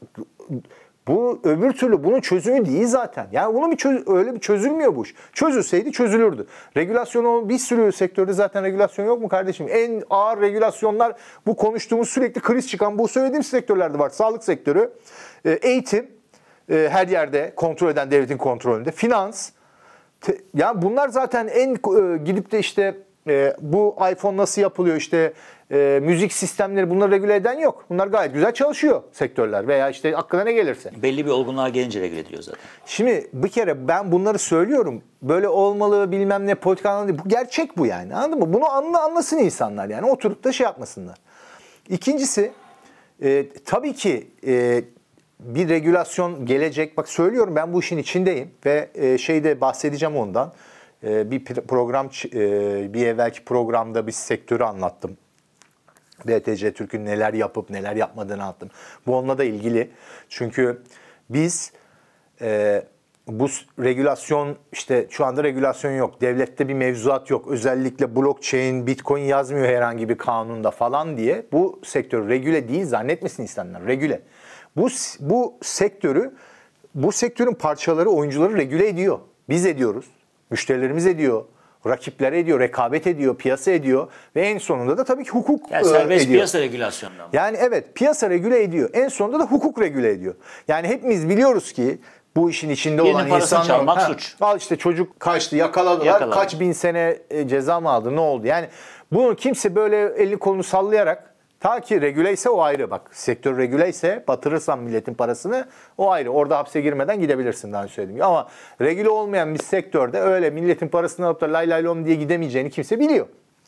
bu öbür türlü bunun çözümü değil zaten. Yani bunun bir çöz, öyle bir çözülmüyor bu iş. Çözülseydi çözülürdü. Regülasyon bir sürü sektörde zaten regülasyon yok mu kardeşim? En ağır regülasyonlar bu konuştuğumuz sürekli kriz çıkan bu söylediğim sektörlerde var. Sağlık sektörü, eğitim e, her yerde kontrol eden devletin kontrolünde, finans. Te, yani bunlar zaten en e, gidip de işte e, bu iPhone nasıl yapılıyor işte e, müzik sistemleri bunları regüle eden yok. Bunlar gayet güzel çalışıyor sektörler veya işte aklına ne gelirse. Belli bir olgunluğa gelince regüle ediliyor zaten. Şimdi bir kere ben bunları söylüyorum. Böyle olmalı bilmem ne politika anlamında değil. Bu gerçek bu yani anladın mı? Bunu anla, anlasın insanlar yani oturup da şey yapmasınlar. İkincisi e, tabii ki e, bir regülasyon gelecek. Bak söylüyorum ben bu işin içindeyim ve e, şeyde bahsedeceğim ondan. E, bir program e, bir evvelki programda bir sektörü anlattım. B T C Türk'ün neler yapıp neler yapmadığını anlattım. Bu onunla da ilgili. Çünkü biz e, bu regülasyon işte şu anda regülasyon yok. Devlette bir mevzuat yok. Özellikle blockchain, bitcoin yazmıyor herhangi bir kanunda falan diye. Bu sektör regüle değil zannetmesin insanlar. Regüle. Bu, bu sektörü, bu sektörün parçaları, oyuncuları regüle ediyor. Biz ediyoruz. Müşterilerimiz ediyor. Rakipler ediyor, rekabet ediyor, piyasa ediyor ve en sonunda da tabii ki hukuk Yani serbest ediyor. piyasa regülasyonundan. Yani evet piyasa regüle ediyor. En sonunda da hukuk regüle ediyor. Yani hepimiz biliyoruz ki bu işin içinde Birinin olan parasını insanlar... çalmak Ha, suç. Al işte çocuk kaçtı, yakaladılar. Yakaladı. Kaç bin sene e, ceza mı aldı, ne oldu? Yani bunu kimse böyle elini kolunu sallayarak ta ki regüle ise o ayrı bak. Sektör regüle ise batırırsan milletin parasını o ayrı. Orada hapse girmeden gidebilirsin daha önce söylediğim gibi. Ama regüle olmayan bir sektörde öyle milletin parasını alıp da lay lay lom diye gidemeyeceğini kimse biliyor.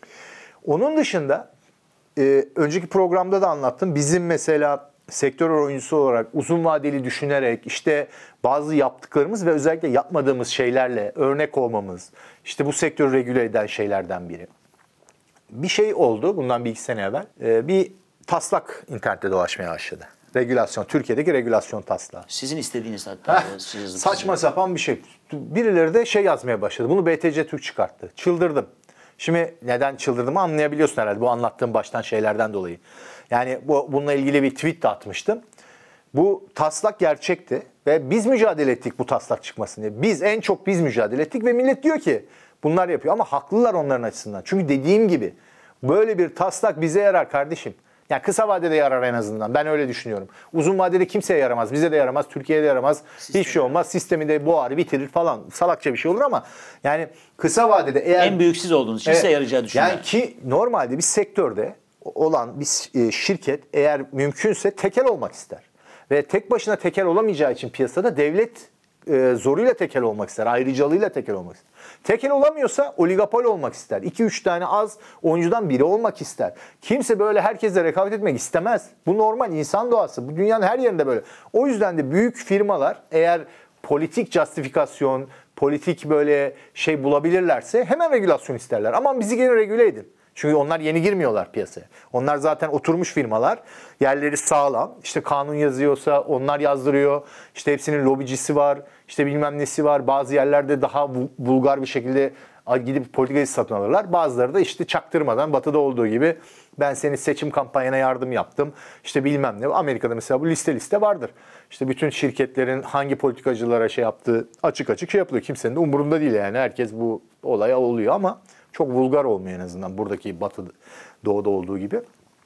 Onun dışında e, önceki programda da anlattım. Bizim mesela sektör oyuncusu olarak uzun vadeli düşünerek işte bazı yaptıklarımız ve özellikle yapmadığımız şeylerle örnek olmamız işte bu sektörü regüle eden şeylerden biri. Bir şey oldu bundan bir iki sene evvel. Ee, bir taslak internette dolaşmaya başladı. Regülasyon, Türkiye'deki regülasyon taslağı. Sizin istediğiniz hatta. Heh, siz yazıp saçma sapan bir şey. Birileri de şey yazmaya başladı. Bunu B T C Türk çıkarttı. Çıldırdım. Şimdi neden çıldırdığımı anlayabiliyorsun herhalde bu anlattığım baştan şeylerden dolayı. Yani bu, bununla ilgili bir tweet de atmıştım. Bu taslak gerçekti ve biz mücadele ettik bu taslak çıkmasın diye. Biz, en çok biz mücadele ettik ve millet diyor ki bunlar yapıyor ama haklılar onların açısından. Çünkü dediğim gibi böyle bir taslak bize yarar kardeşim. Yani kısa vadede yarar en azından. Ben öyle düşünüyorum. Uzun vadede kimseye yaramaz. Bize de yaramaz. Türkiye'ye de yaramaz. Sistemi. Hiçbir şey olmaz. Sistemi de boğar, bitirir falan. Salakça bir şey olur ama yani kısa vadede eğer... En büyük siz olduğunuz için size evet, yarayacağı düşünüyorum. Yani ki normalde bir sektörde olan bir şirket eğer mümkünse tekel olmak ister. Ve tek başına tekel olamayacağı için piyasada devlet e, zoruyla tekel olmak ister. Ayrıcalığıyla tekel olmak ister. Tekel olamıyorsa oligopol olmak ister. iki üç tane az oyuncudan biri olmak ister. Kimse böyle herkesle rekabet etmek istemez. Bu normal insan doğası. Bu dünyanın her yerinde böyle. O yüzden de büyük firmalar eğer politik justifikasyon, politik böyle şey bulabilirlerse hemen regülasyon isterler. Aman bizi gene regüle edin. Çünkü onlar yeni girmiyorlar piyasaya. Onlar zaten oturmuş firmalar. Yerleri sağlam. İşte kanun yazıyorsa onlar yazdırıyor. İşte hepsinin lobicisi var. İşte bilmem nesi var. Bazı yerlerde daha vulgar bir şekilde gidip politikacı satın alırlar. Bazıları da işte çaktırmadan batıda olduğu gibi ben senin seçim kampanyana yardım yaptım. İşte bilmem ne. Amerika'da mesela bu liste liste vardır. İşte bütün şirketlerin hangi politikacılara şey yaptığı açık açık şey yapılıyor. Kimsenin de umurunda değil yani. Herkes bu olaya oluyor ama çok vulgar olmuyor en azından buradaki batı doğuda olduğu gibi.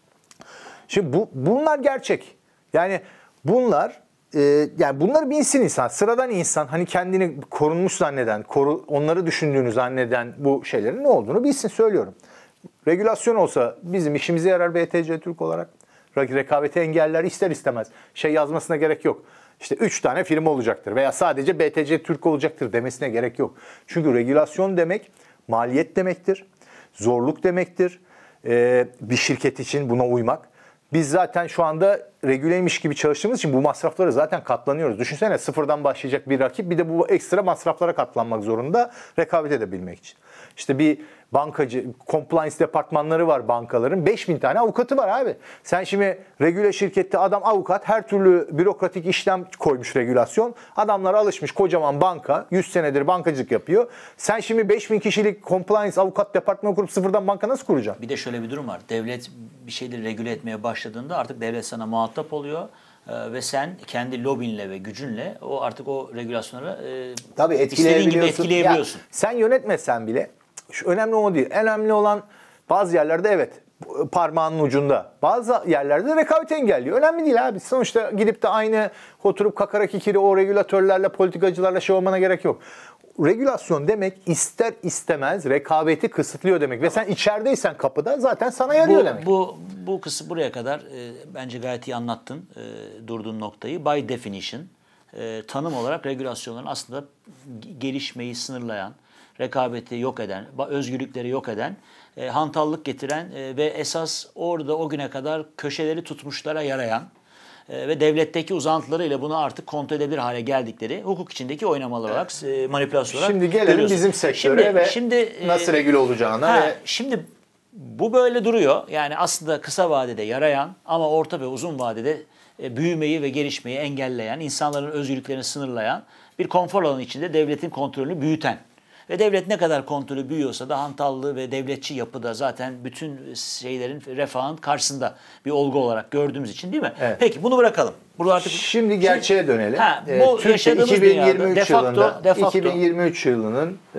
Şimdi bu bunlar gerçek. Yani bunlar e, yani bunları bilsin insan, sıradan insan hani kendini korunmuş zanneden, koru, onları düşündüğünü zanneden bu şeylerin ne olduğunu bilsin söylüyorum. Regülasyon olsa bizim işimize yarar B T C Türk olarak. Rekabeti engeller ister istemez. Şey yazmasına gerek yok. İşte üç tane firma olacaktır veya sadece B T C Türk olacaktır demesine gerek yok. Çünkü regülasyon demek maliyet demektir, zorluk demektir. Ee, bir şirket için buna uymak. Biz zaten şu anda regüleymiş gibi çalıştığımız için bu masraflara zaten katlanıyoruz. Düşünsene sıfırdan başlayacak bir rakip bir de bu ekstra masraflara katlanmak zorunda rekabet edebilmek için. İşte bir bankacı, compliance departmanları var bankaların. beş bin tane avukatı var abi. Sen şimdi regüle şirkette adam avukat, her türlü bürokratik işlem koymuş regülasyon. Adamlar alışmış kocaman banka, yüz senedir bankacılık yapıyor. Sen şimdi beş bin kişilik compliance avukat departmanı kurup sıfırdan banka nasıl kuracaksın? Bir de şöyle bir durum var. Devlet bir şeyleri regüle etmeye başladığında artık devlet sana muhatap oluyor. Ee, ve sen kendi lobinle ve gücünle o artık o regülasyonları e, Tabii istediğin gibi etkileyebiliyorsun. Ya, sen yönetmesen bile şu önemli o değil. Önemli olan bazı yerlerde evet parmağının ucunda. Bazı yerlerde de rekabet engelliyor. Önemli değil abi. Sonuçta gidip de aynı oturup kakara kikiri o regülatörlerle, politikacılarla şey olmana gerek yok. Regülasyon demek ister istemez rekabeti kısıtlıyor demek. Ve sen içerideysen kapıda zaten sana yarıyor bu, demek. Bu, bu kısım buraya kadar e, bence gayet iyi anlattın e, durduğun noktayı. By definition e, tanım olarak regülasyonların aslında gelişmeyi sınırlayan, rekabeti yok eden, özgürlükleri yok eden, e, hantallık getiren e, ve esas orada o güne kadar köşeleri tutmuşlara yarayan e, ve devletteki uzantılarıyla bunu artık kontrol edebilir hale geldikleri hukuk içindeki oynamalar olarak, e, manipülasyon olarak Şimdi gelelim bizim sektöre şimdi, ve şimdi, nasıl e, regüle olacağına. Ha, ve... Şimdi bu böyle duruyor. Yani aslında kısa vadede yarayan ama orta ve uzun vadede e, büyümeyi ve gelişmeyi engelleyen, insanların özgürlüklerini sınırlayan bir konfor alanı içinde devletin kontrolünü büyüten. Ve devlet ne kadar kontrolü büyüyorsa da hantallığı ve devletçi yapıda zaten bütün şeylerin, refahın karşısında bir olgu olarak gördüğümüz için değil mi? Evet. Peki bunu bırakalım. Burada artık Şimdi gerçeğe şimdi, dönelim. Ha, Ee, bu Türkiye yaşadığımız iki bin yirmi üç dünyada de facto, yılında, de facto, iki bin yirmi üç yılının e,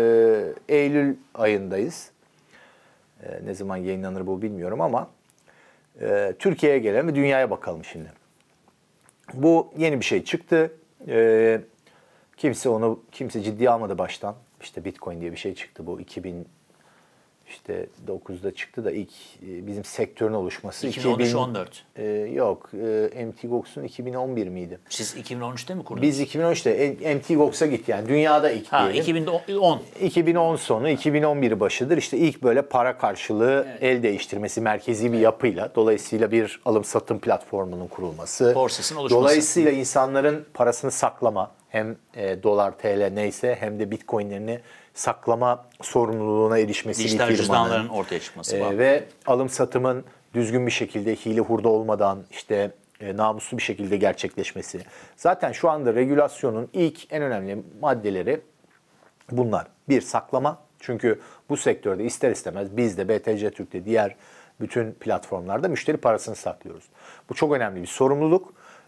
Eylül ayındayız. E, ne zaman yayınlanır bu bilmiyorum ama e, Türkiye'ye gelelim ve dünyaya bakalım şimdi. Bu yeni bir şey çıktı. E, kimse onu kimse ciddiye almadı baştan. İşte Bitcoin diye bir şey çıktı. Bu iki bin işte dokuzda çıktı da ilk e, bizim sektörün oluşması iki bin on üç on dört. E, yok, e, M T Gox'un iki bin on bir miydi? Siz iki bin on üçte mi kurdunuz? Biz iki bin on üçte M T Gox'a gitti yani dünyada ilk ha, diyelim. iki bin on. iki bin on sonu, iki bin on bir başıdır. İşte ilk böyle para karşılığı evet. el değiştirmesi merkezi bir yapıyla. Dolayısıyla bir alım satım platformunun kurulması. Borsasının oluşması. Dolayısıyla insanların parasını saklama hem e, dolar, T L neyse hem de Bitcoin'lerini saklama sorumluluğuna erişmesi dijital bir firmanın. cüzdanların ortaya çıkması. E, ve alım satımın düzgün bir şekilde hile hurda olmadan işte e, namuslu bir şekilde gerçekleşmesi. Zaten şu anda regülasyonun ilk en önemli maddeleri bunlar. Bir, saklama. Çünkü bu sektörde ister istemez biz de B T C Türk'te diğer bütün platformlarda müşteri parasını saklıyoruz. Bu çok önemli bir sorumluluk.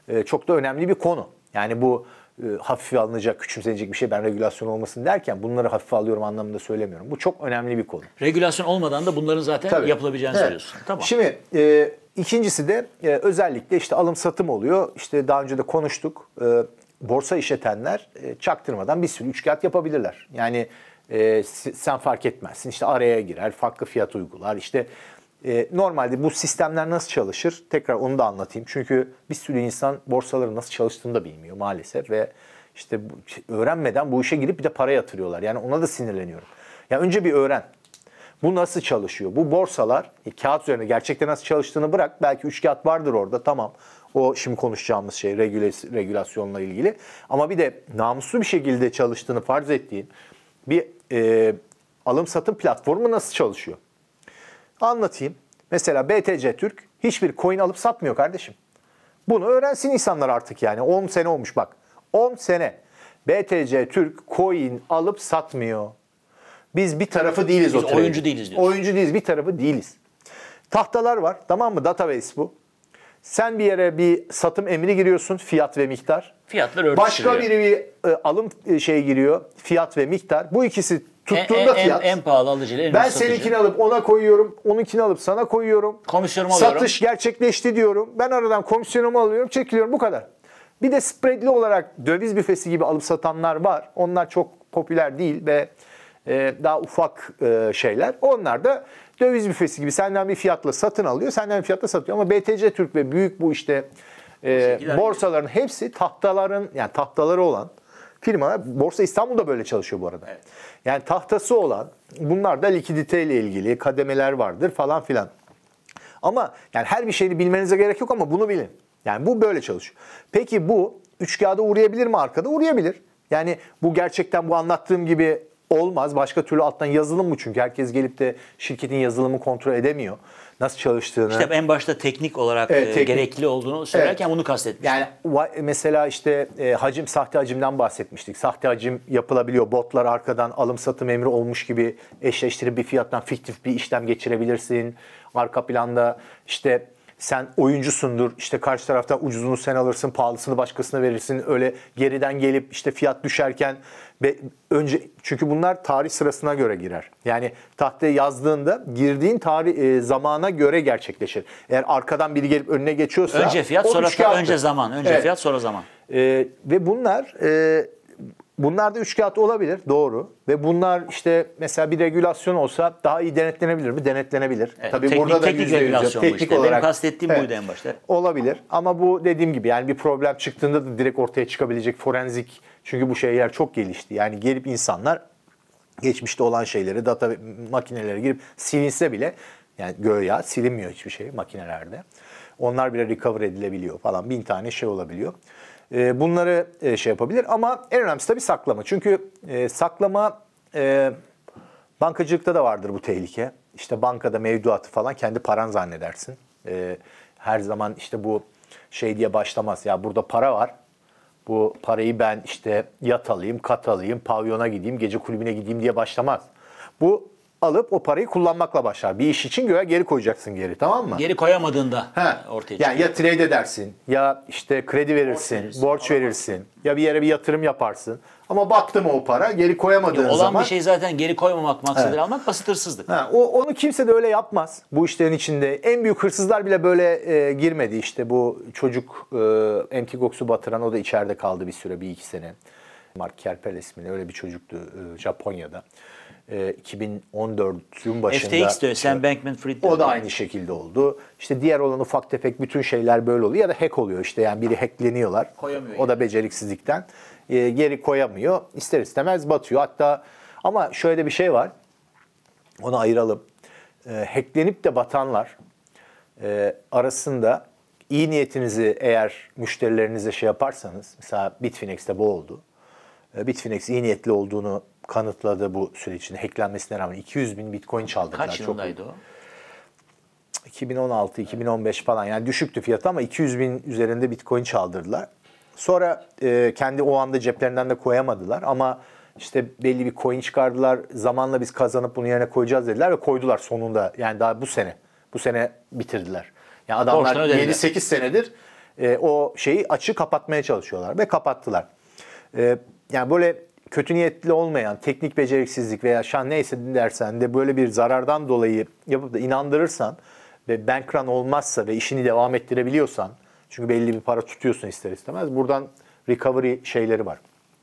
e, çok da önemli bir konu. Yani bu e, hafife alınacak, küçümsenecek bir şey. Ben regülasyon olmasın derken bunları hafife alıyorum anlamında söylemiyorum. Bu çok önemli bir konu. Regülasyon olmadan da bunların zaten Tabii. yapılabileceğini Evet. söylüyorsun. Tamam. Şimdi e, ikincisi de e, özellikle işte alım satım oluyor. İşte daha önce de konuştuk. E, borsa işletenler e, çaktırmadan bir sürü üçkağıt yapabilirler. Yani e, sen fark etmezsin. İşte araya girer, farklı fiyat uygular. İşte e, normalde bu sistemler nasıl çalışır? Tekrar onu da anlatayım. Çünkü bir sürü insan borsaların nasıl çalıştığını da bilmiyor maalesef ve işte bu, öğrenmeden bu işe girip bir de para yatırıyorlar. Yani ona da sinirleniyorum. Ya önce bir öğren. Bu nasıl çalışıyor? Bu borsalar e, kağıt üzerinde gerçekten nasıl çalıştığını bırak. Belki üç kağıt vardır orada, tamam. O şimdi konuşacağımız şey regüle- regülasyonla ilgili. Ama bir de namuslu bir şekilde çalıştığını farz ettiğin bir e, alım satım platformu nasıl çalışıyor? Anlatayım. Mesela B T C Türk hiçbir coin alıp satmıyor kardeşim. Bunu öğrensin insanlar artık yani. on sene olmuş bak. on sene. B T C Türk coin alıp satmıyor. Biz bir tarafı değiliz Biz o trade'in. oyuncu değiliz diyorsun. Oyuncu değiliz, bir tarafı değiliz. Tahtalar var, tamam mı? Database bu. Sen bir yere bir satım emri giriyorsun, fiyat ve miktar. Fiyatlar örtüşüyor. Başka biri bir e, alım e, şey giriyor, fiyat ve miktar. Bu ikisi tuttuğunda en, en, fiyat. En, en pahalı alıcıyla en Ben ucuz satıcı. seninkini alıp ona koyuyorum, onunkini alıp sana koyuyorum. Komisyonumu alıyorum. Satış gerçekleşti diyorum. Ben aradan komisyonumu alıyorum, çekiliyorum, bu kadar. Bir de spreadli olarak döviz büfesi gibi alıp satanlar var. Onlar çok popüler değil ve e, daha ufak e, şeyler. Onlar da döviz büfesi gibi senden bir fiyatla satın alıyor, senden bir fiyatla satıyor. Ama B T C Türk ve büyük bu işte e, borsaların hepsi tahtaların, yani tahtaları olan firmalar. Borsa İstanbul da böyle çalışıyor bu arada. Evet. Yani tahtası olan, bunlar da likiditeyle ilgili kademeler vardır falan filan. Ama yani her bir şeyini bilmenize gerek yok ama bunu bilin. Yani bu böyle çalışıyor. Peki bu üç kağıda uğrayabilir mi arkada? Uğrayabilir. Yani bu gerçekten bu anlattığım gibi olmaz. Başka türlü alttan yazılım bu çünkü. Herkes gelip de şirketin yazılımı kontrol edemiyor. Nasıl çalıştığını. İşte en başta teknik olarak Evet, e, teknik. gerekli olduğunu söylerken Evet. bunu kastetmiştim. Yani va- mesela işte e, hacim, sahte hacimden bahsetmiştik. Sahte hacim yapılabiliyor. Botlar arkadan alım satım emri olmuş gibi eşleştirip bir fiyattan fiktif bir işlem geçirebilirsin. Arka planda işte sen oyuncusundur. İşte karşı taraftan ucuzunu sen alırsın, pahalısını başkasına verirsin. Öyle geriden gelip işte fiyat düşerken ve önce, çünkü bunlar tarih sırasına göre girer. Yani tahtaya yazdığında girdiğin tarih e, zamana göre gerçekleşir. Eğer arkadan biri gelip önüne geçiyorsa Önce fiyat, o sonra üç kağıttır. önce zaman. Önce Evet. fiyat, sonra zaman. Ee, ve bunlar e, bunlar da üç kağıt olabilir, doğru. Ve bunlar işte mesela bir regülasyon olsa daha iyi denetlenebilir mi? Denetlenebilir. Evet, Tabii teknik- burada da teknik yüzde yüz yok. regülasyon bu Teknik işte. Benim olarak kastettiğim buydu en başta. olabilir. Ama bu dediğim gibi yani bir problem çıktığında da direkt ortaya çıkabilecek forensik, çünkü bu şeyler çok gelişti. Yani gelip insanlar geçmişte olan şeyleri data makinelere girip silinse bile, yani göya silinmiyor hiçbir şey makinelerde. Onlar bile recover edilebiliyor falan. Bin tane şey olabiliyor. Ee, bunları e, şey yapabilir ama en önemlisi tabii saklama. Çünkü e, saklama e, bankacılıkta da vardır bu tehlike. İşte bankada mevduatı falan kendi paran zannedersin. E, her zaman işte bu şey diye başlamaz. Ya burada para var. Bu parayı ben işte yat alayım, kat alayım, pavyona gideyim, gece kulübüne gideyim diye başlamaz. Bu alıp o parayı kullanmakla başlar. Bir iş için göğe geri koyacaksın geri, tamam mı? Geri koyamadığında He. ortaya çıkıyor. Yani ya trade edersin, ya işte kredi verirsin, borç verirsin, verirsin, ya bir yere bir yatırım yaparsın. Ama baktı mı o para, geri koyamadığın Olan zaman... bir şey zaten geri koymamak maksadıyla Evet. almak basit hırsızlık. Ha, o, onu kimse de öyle yapmaz bu işlerin içinde. En büyük hırsızlar bile böyle e, girmedi. İşte bu çocuk e, M T Gox'u batıran, o da içeride kaldı bir süre, bir iki sene. Mark Kerpel ismini, öyle bir çocuktu e, Japonya'da. E, iki bin on dörtün başında. F T X de Sam Bankman-Fried de. O da aynı şekilde oldu. İşte diğer olan ufak tefek bütün şeyler böyle oluyor ya da hack oluyor işte, yani biri hackleniyorlar. Koyamıyor O da beceriksizlikten e, geri koyamıyor. İster istemez batıyor. Hatta ama şöyle de bir şey var. Onu ayıralım. E, hacklenip de batanlar e, arasında iyi niyetinizi eğer müşterilerinize şey yaparsanız, mesela Bitfinex'te bu oldu. E, Bitfinex iyi niyetli olduğunu kanıtladı bu süreç içinde. Hacklenmesine rağmen iki yüz bin Bitcoin çaldırdılar. Kaç yılındaydı o? iki bin on altı iki bin on beş falan, yani düşüktü fiyatı ama iki yüz bin üzerinde Bitcoin çaldırdılar. Sonra e, kendi o anda ceplerinden de koyamadılar ama işte belli bir coin çıkardılar. Zamanla biz kazanıp bunu yerine koyacağız dediler ve koydular sonunda. Yani daha bu sene. Bu sene bitirdiler. Yani adamlar Borçtan ödediler. yedi sekiz senedir e, o şeyi açı kapatmaya çalışıyorlar ve kapattılar. E, yani böyle kötü niyetli olmayan, teknik beceriksizlik veya şan neyse dersen de böyle bir zarardan dolayı yapıp da inandırırsan ve bank run olmazsa ve işini devam ettirebiliyorsan, çünkü belli bir para tutuyorsun ister istemez, buradan recovery şeyleri var.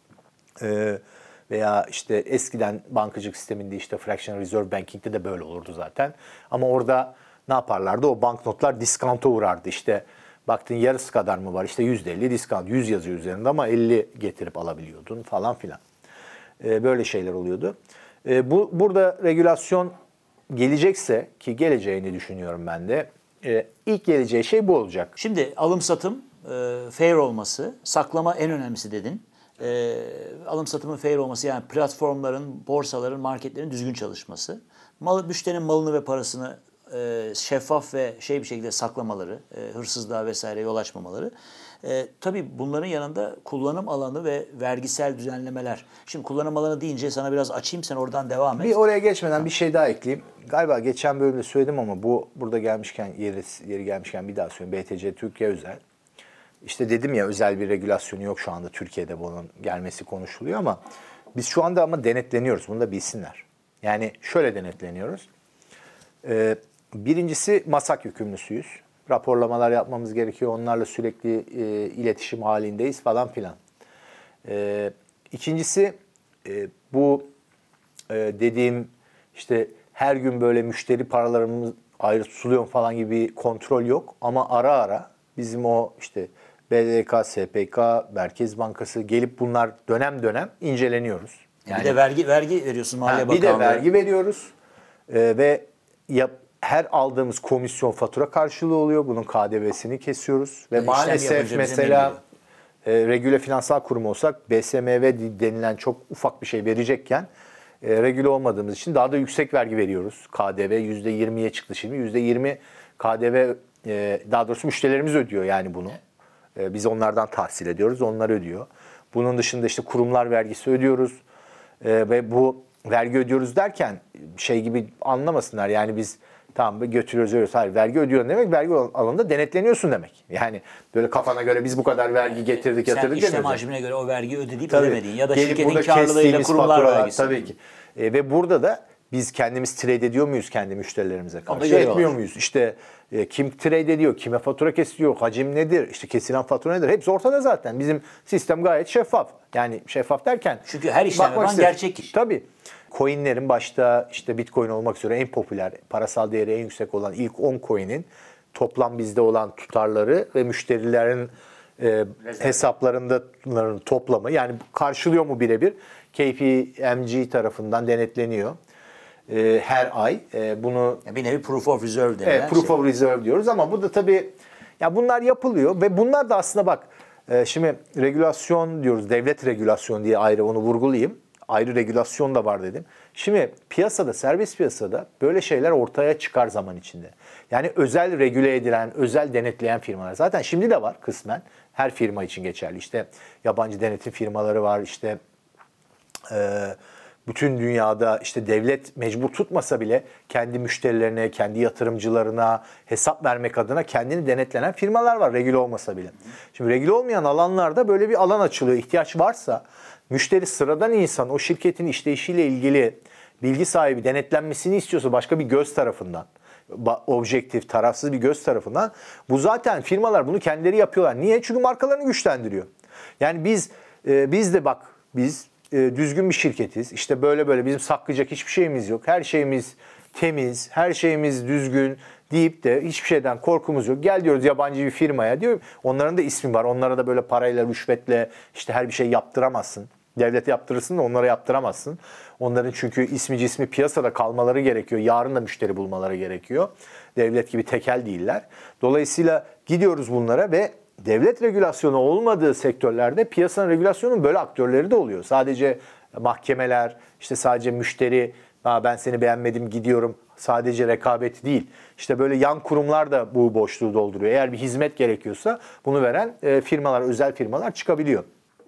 Ee, veya işte eskiden bankacılık sisteminde işte fractional reserve banking'de de böyle olurdu zaten. Ama orada ne yaparlardı? O banknotlar diskanta uğrardı. İşte baktın yarısı kadar mı var? İşte yüzde elli diskant. yüz yazıyor üzerinde ama elli getirip alabiliyordun falan filan. Ee, böyle şeyler oluyordu. Ee, bu burada regülasyon gelecekse, ki geleceğini düşünüyorum ben de, e, ilk geleceği şey bu olacak. Şimdi alım satım e, fair olması, saklama en önemlisi dedin. E, alım satımın fair olması, yani platformların, borsaların, marketlerin düzgün çalışması. Mal, müşterinin malını ve parasını e, şeffaf ve şey bir şekilde saklamaları, e, hırsızlığa vesaire yol açmamaları. E, tabii bunların yanında kullanım alanı ve vergisel düzenlemeler. Şimdi kullanım alanı deyince sana biraz açayım, sen oradan devam et. Bir oraya geçmeden bir şey daha ekleyeyim. Galiba geçen bölümde söyledim ama bu burada gelmişken, yeri, yeri gelmişken bir daha söyleyeyim. B T C Türkiye özel. İşte dedim ya, özel bir regülasyonu yok şu anda Türkiye'de, bunun gelmesi konuşuluyor ama biz şu anda ama denetleniyoruz. Bunu da bilsinler. Yani şöyle denetleniyoruz. Ee, birincisi MASAK yükümlüsüyüz. Raporlamalar yapmamız gerekiyor. Onlarla sürekli e, iletişim halindeyiz falan filan. Ee, ikincisi e, bu e, dediğim işte her gün böyle müşteri paralarımız ayrı tutuluyor falan gibi bir kontrol yok. Ama ara ara bizim o işte B D K, S P K, Merkez Bankası gelip bunlar dönem dönem inceleniyoruz. Yani, bir de vergi vergi veriyorsun Maliye ha, Bakanlığı. Bir de vergi veriyoruz ee, ve yap, her aldığımız komisyon fatura karşılığı oluyor. Bunun K D V'sini kesiyoruz ve Yani maalesef mesela e, regüle finansal kurum olsak B S M V denilen çok ufak bir şey verecekken e, regüle olmadığımız için daha da yüksek vergi veriyoruz. K D V yüzde yirmiye çıktı şimdi. yüzde yirmi K D V e, daha doğrusu müşterilerimiz ödüyor yani bunu. E, biz onlardan tahsil ediyoruz, onlar ödüyor. Bunun dışında işte kurumlar vergisi ödüyoruz. E, ve bu vergi ödüyoruz derken şey gibi anlamasınlar. Yani biz tamam götürüyoruz, ödüyoruz. Hayır, vergi ödüyorsun demek, vergi alanında denetleniyorsun demek. Yani böyle kafana göre biz bu kadar vergi getirdik, sen yatırdık işlem demiyoruz. hacmine göre o vergiyi ödediğip Tabii. ödemediğin ya da Gelip şirketin burada karlılığıyla kestiğimiz kurumlar faturalar, vergisi. tabii ki. E, ve burada da biz kendimiz trade ediyor muyuz kendi müşterilerimize Onu da karşı? görüyorlar. Etmiyor muyuz? İşte e, kim trade ediyor, kime fatura kesiliyor, hacim nedir, işte kesilen fatura nedir? Hepsi ortada zaten. Bizim sistem gayet şeffaf. Yani şeffaf derken... Çünkü her işlem bakmak yapan isteriz. gerçek kişi. Tabii. Coinlerin başta işte Bitcoin olmak üzere en popüler, parasal değeri en yüksek olan ilk on coin'in toplam bizde olan tutarları ve müşterilerin e, hesaplarının toplamı, yani karşılıyor mu birebir? K P M G tarafından denetleniyor. E, her ay e, bunu Bir nevi proof of reserve denilen evet, proof şey. of reserve diyoruz ama bu da tabii ya bunlar yapılıyor ve bunlar da aslında bak e, şimdi regülasyon diyoruz, devlet regülasyon diye ayrı onu vurgulayayım. Ayrı regülasyon da var dedim. Şimdi piyasada, serbest piyasada böyle şeyler ortaya çıkar zaman içinde. Yani özel regüle edilen, özel denetleyen firmalar. Zaten şimdi de var kısmen. Her firma için geçerli. İşte yabancı denetim firmaları var. İşte e, bütün dünyada işte devlet mecbur tutmasa bile kendi müşterilerine, kendi yatırımcılarına hesap vermek adına kendini denetlenen firmalar var regüle olmasa bile. Şimdi regüle olmayan alanlarda böyle bir alan açılıyor. İhtiyaç varsa müşteri, sıradan insan o şirketin işleyişiyle ilgili bilgi sahibi, denetlenmesini istiyorsa başka bir göz tarafından, objektif, tarafsız bir göz tarafından, bu zaten firmalar bunu kendileri yapıyorlar. Niye? Çünkü markalarını güçlendiriyor. Yani biz e, biz de bak biz e, düzgün bir şirketiz. İşte böyle böyle bizim saklayacak hiçbir şeyimiz yok. Her şeyimiz temiz, her şeyimiz düzgün deyip de hiçbir şeyden korkumuz yok. Gel diyoruz yabancı bir firmaya diyor. Onların da ismi var. Onlara da böyle parayla, rüşvetle işte her bir şey yaptıramazsın. Devlete yaptırırsın da onlara yaptıramazsın. Onların çünkü ismi cismi piyasada kalmaları gerekiyor. Yarın da müşteri bulmaları gerekiyor. Devlet gibi tekel değiller. Dolayısıyla gidiyoruz bunlara ve devlet regülasyonu olmadığı sektörlerde piyasanın regülasyonunun böyle aktörleri de oluyor. Sadece mahkemeler, işte sadece müşteri, ben seni beğenmedim gidiyorum, sadece rekabet değil. İşte böyle yan kurumlar da bu boşluğu dolduruyor. Eğer bir hizmet gerekiyorsa bunu veren firmalar, özel firmalar çıkabiliyor.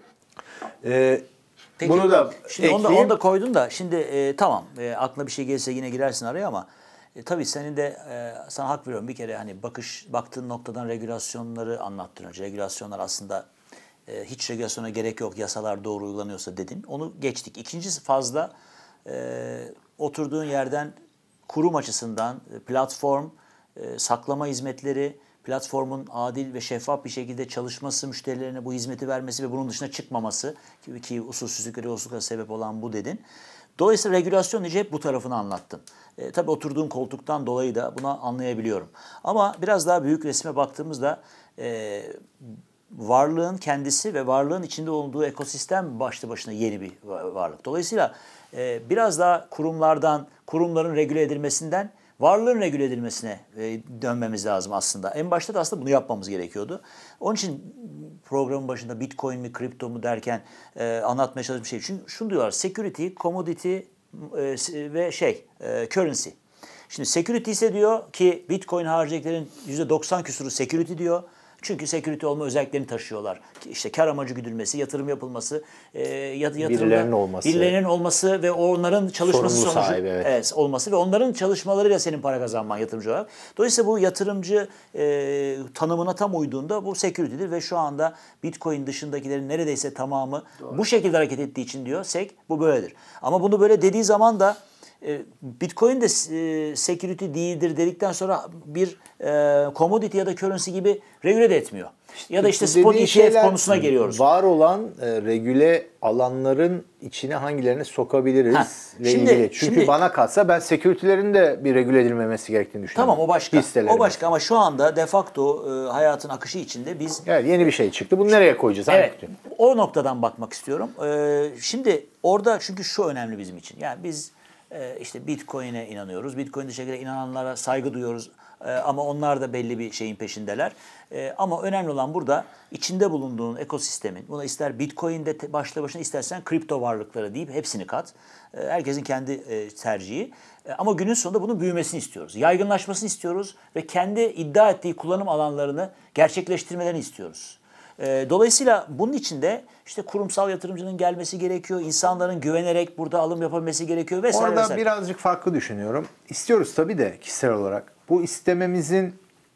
Ee, Peki, bunu da şimdi onu da, onu da koydun da şimdi e, tamam e, aklına bir şey gelirse yine girersin araya ama E, tabii senin de e, sana hak veriyorum bir kere hani bakış baktığın noktadan regülasyonları anlattın önce. Regülasyonlar aslında e, hiç regülasyona gerek yok yasalar doğru uygulanıyorsa dedin. Onu geçtik. İkincisi fazla e, oturduğun yerden kurum açısından e, platform, e, saklama hizmetleri, platformun adil ve şeffaf bir şekilde çalışması, müşterilerine bu hizmeti vermesi ve bunun dışına çıkmaması ki, ki usulsüzlüklere, yolsuzluklara sebep olan bu dedin. Dolayısıyla regülasyon deyince hep bu tarafını anlattın. E, tabii oturduğun koltuktan dolayı da bunu anlayabiliyorum. Ama biraz daha büyük resme baktığımızda e, varlığın kendisi ve varlığın içinde olduğu ekosistem başlı başına yeni bir varlık. Dolayısıyla e, biraz daha kurumlardan, kurumların regüle edilmesinden varlığın regüle edilmesine e, dönmemiz lazım aslında. En başta da aslında bunu yapmamız gerekiyordu. Onun için programın başında Bitcoin mi, kripto mu derken e, anlatmaya çalıştığım şey. Çünkü şunu diyorlar, security, commodity e, ve şey, e, currency. Şimdi security ise diyor ki Bitcoin harcayanların yüzde doksan küsuru security diyor. Çünkü security olma özelliklerini taşıyorlar. İşte kar amacı güdülmesi, yatırım yapılması, e, yatırımda birilerinin olması. birilerinin olması ve onların çalışması Sorumlu sonucu sahibi, evet. Evet, olması ve onların çalışmalarıyla senin para kazanman yatırımcı olarak. Dolayısıyla bu yatırımcı e, tanımına tam uyduğunda bu security'dir ve şu anda Bitcoin dışındakilerin neredeyse tamamı Doğru. bu şekilde hareket ettiği için diyor S E C bu böyledir. Ama bunu böyle dediği zaman da Bitcoin de e, security değildir dedikten sonra bir e, commodity ya da currency gibi regüle de etmiyor. İşte ya da işte spot E T F konusuna geliyoruz. Var olan e, regüle alanların içine hangilerini sokabiliriz ha, ve şimdi, ilgili. Çünkü şimdi, bana kalsa ben security'lerin de bir regüle edilmemesi gerektiğini düşünüyorum. Tamam o başka. O başka ama şu anda de facto e, hayatın akışı içinde biz... Evet yeni bir şey çıktı. Bunu nereye koyacağız? Evet. O noktadan bakmak istiyorum. E, şimdi orada çünkü şu önemli bizim için. Yani biz e, işte Bitcoin'e inanıyoruz. Bitcoin dışındaki inananlara saygı duyuyoruz. E, ama onlar da belli bir şeyin peşindeler. E, ama önemli olan burada içinde bulunduğun ekosistemin, buna ister Bitcoin'de başlı başına istersen kripto varlıkları deyip hepsini kat. E, herkesin kendi e, tercihi. E, ama günün sonunda bunun büyümesini istiyoruz. Yaygınlaşmasını istiyoruz ve kendi iddia ettiği kullanım alanlarını gerçekleştirmelerini istiyoruz. E, dolayısıyla bunun için de işte kurumsal yatırımcının gelmesi gerekiyor. İnsanların güvenerek burada alım yapabilmesi gerekiyor vesaire. Orada vesaire. birazcık farklı düşünüyorum. İstiyoruz tabii de kişisel olarak. Bu istememizin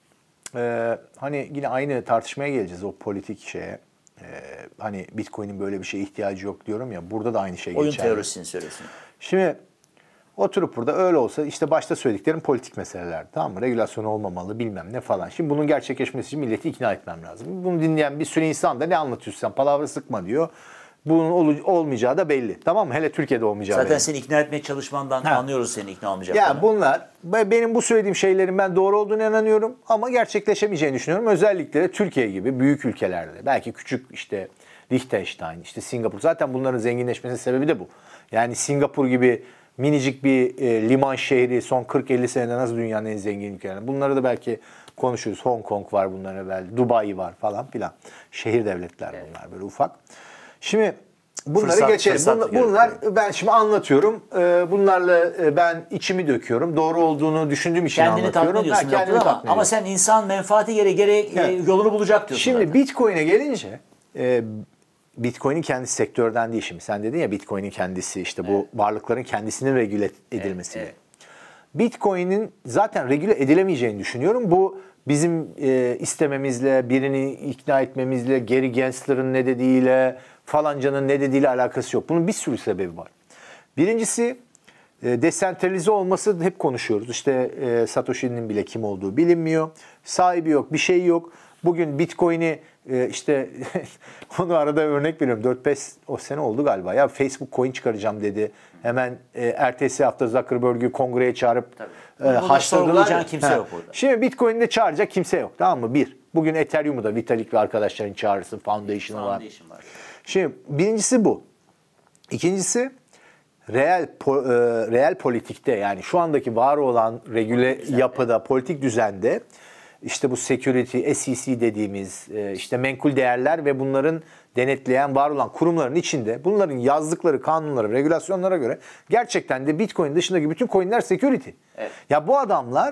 e, hani yine aynı tartışmaya geleceğiz o politik şeye. E, hani Bitcoin'in böyle bir şeye ihtiyacı yok diyorum ya. Burada da aynı şey Oyun geçerli. teorisini söylüyorsun. Şimdi oturup burada öyle olsa işte başta söylediklerim politik meseleler. Tamam mı? Regülasyon olmamalı bilmem ne falan. Şimdi bunun gerçekleşmesi için milleti ikna etmem lazım. Bunu dinleyen bir sürü insan da ne anlatıyorsun sen palavra sıkma diyor. Bunun ol, olmayacağı da belli. Tamam mı? Hele Türkiye'de olmayacağı Zaten belli. seni ikna etmeye çalışmandan Ha. anlıyoruz senin ikna olmayacaklarını. Ya bunlar benim bu söylediğim şeylerin ben doğru olduğunu inanıyorum ama gerçekleşemeyeceğini düşünüyorum. Özellikle de Türkiye gibi büyük ülkelerde. Belki küçük işte Liechtenstein, işte Singapur. Zaten bunların zenginleşmesinin sebebi de bu. Yani Singapur gibi minicik bir e, liman şehri son kırk elli senede nasıl dünyanın en zengin ülkelerinden. Bunları da belki konuşuruz. Hong Kong var bunların belki. Dubai var falan filan. Şehir devletler evet. bunlar böyle ufak. Şimdi bunları fırsat, geçelim. Fırsat bunlar, bunlar ben şimdi anlatıyorum. Bunlarla ben içimi döküyorum. Doğru olduğunu düşündüğüm için kendini anlatıyorum. Tatmin ediyorsun kendimi ama, tatmin ama sen insan menfaati gereği gere, evet. yolunu bulacak diyorsun. Şimdi zaten. Bitcoin'e gelince e, Bitcoin'in kendisi sektörden değil şimdi. Sen dedin ya Bitcoin'in kendisi işte bu evet. varlıkların kendisinin regüle edilmesi. Evet, evet. Bitcoin'in zaten regüle edilemeyeceğini düşünüyorum. Bu bizim e, istememizle, birini ikna etmemizle, Gary Gensler'ın ne dediğiyle, falancanın ne dediğiyle alakası yok. Bunun bir sürü sebebi var. Birincisi e, desentralize olması hep konuşuyoruz. İşte e, Satoshi'nin bile kim olduğu bilinmiyor. Sahibi yok, bir şey yok. Bugün Bitcoin'i e, işte onu arada örnek veriyorum. dört beş o sene oldu galiba. Ya Facebook coin çıkaracağım dedi. Hemen e, ertesi hafta Zuckerberg'ü kongreye çağırıp e, haşladılar. Kimse ha. yok burada. Şimdi Bitcoin'de çağıracak kimse yok. Tamam mı? Bir. Bugün Ethereum'u da Vitalik ve arkadaşların çağrısı, Foundation'ı var. Foundation var. Şimdi birincisi bu. İkincisi reel po, e, reel politikte yani şu andaki var olan regüle yapıda, politik düzende işte bu security, S E C dediğimiz e, işte menkul değerler ve bunların denetleyen var olan kurumların içinde bunların yazdıkları kanunlara, regülasyonlara göre gerçekten de Bitcoin dışındaki bütün coinler security. Evet. Ya bu adamlar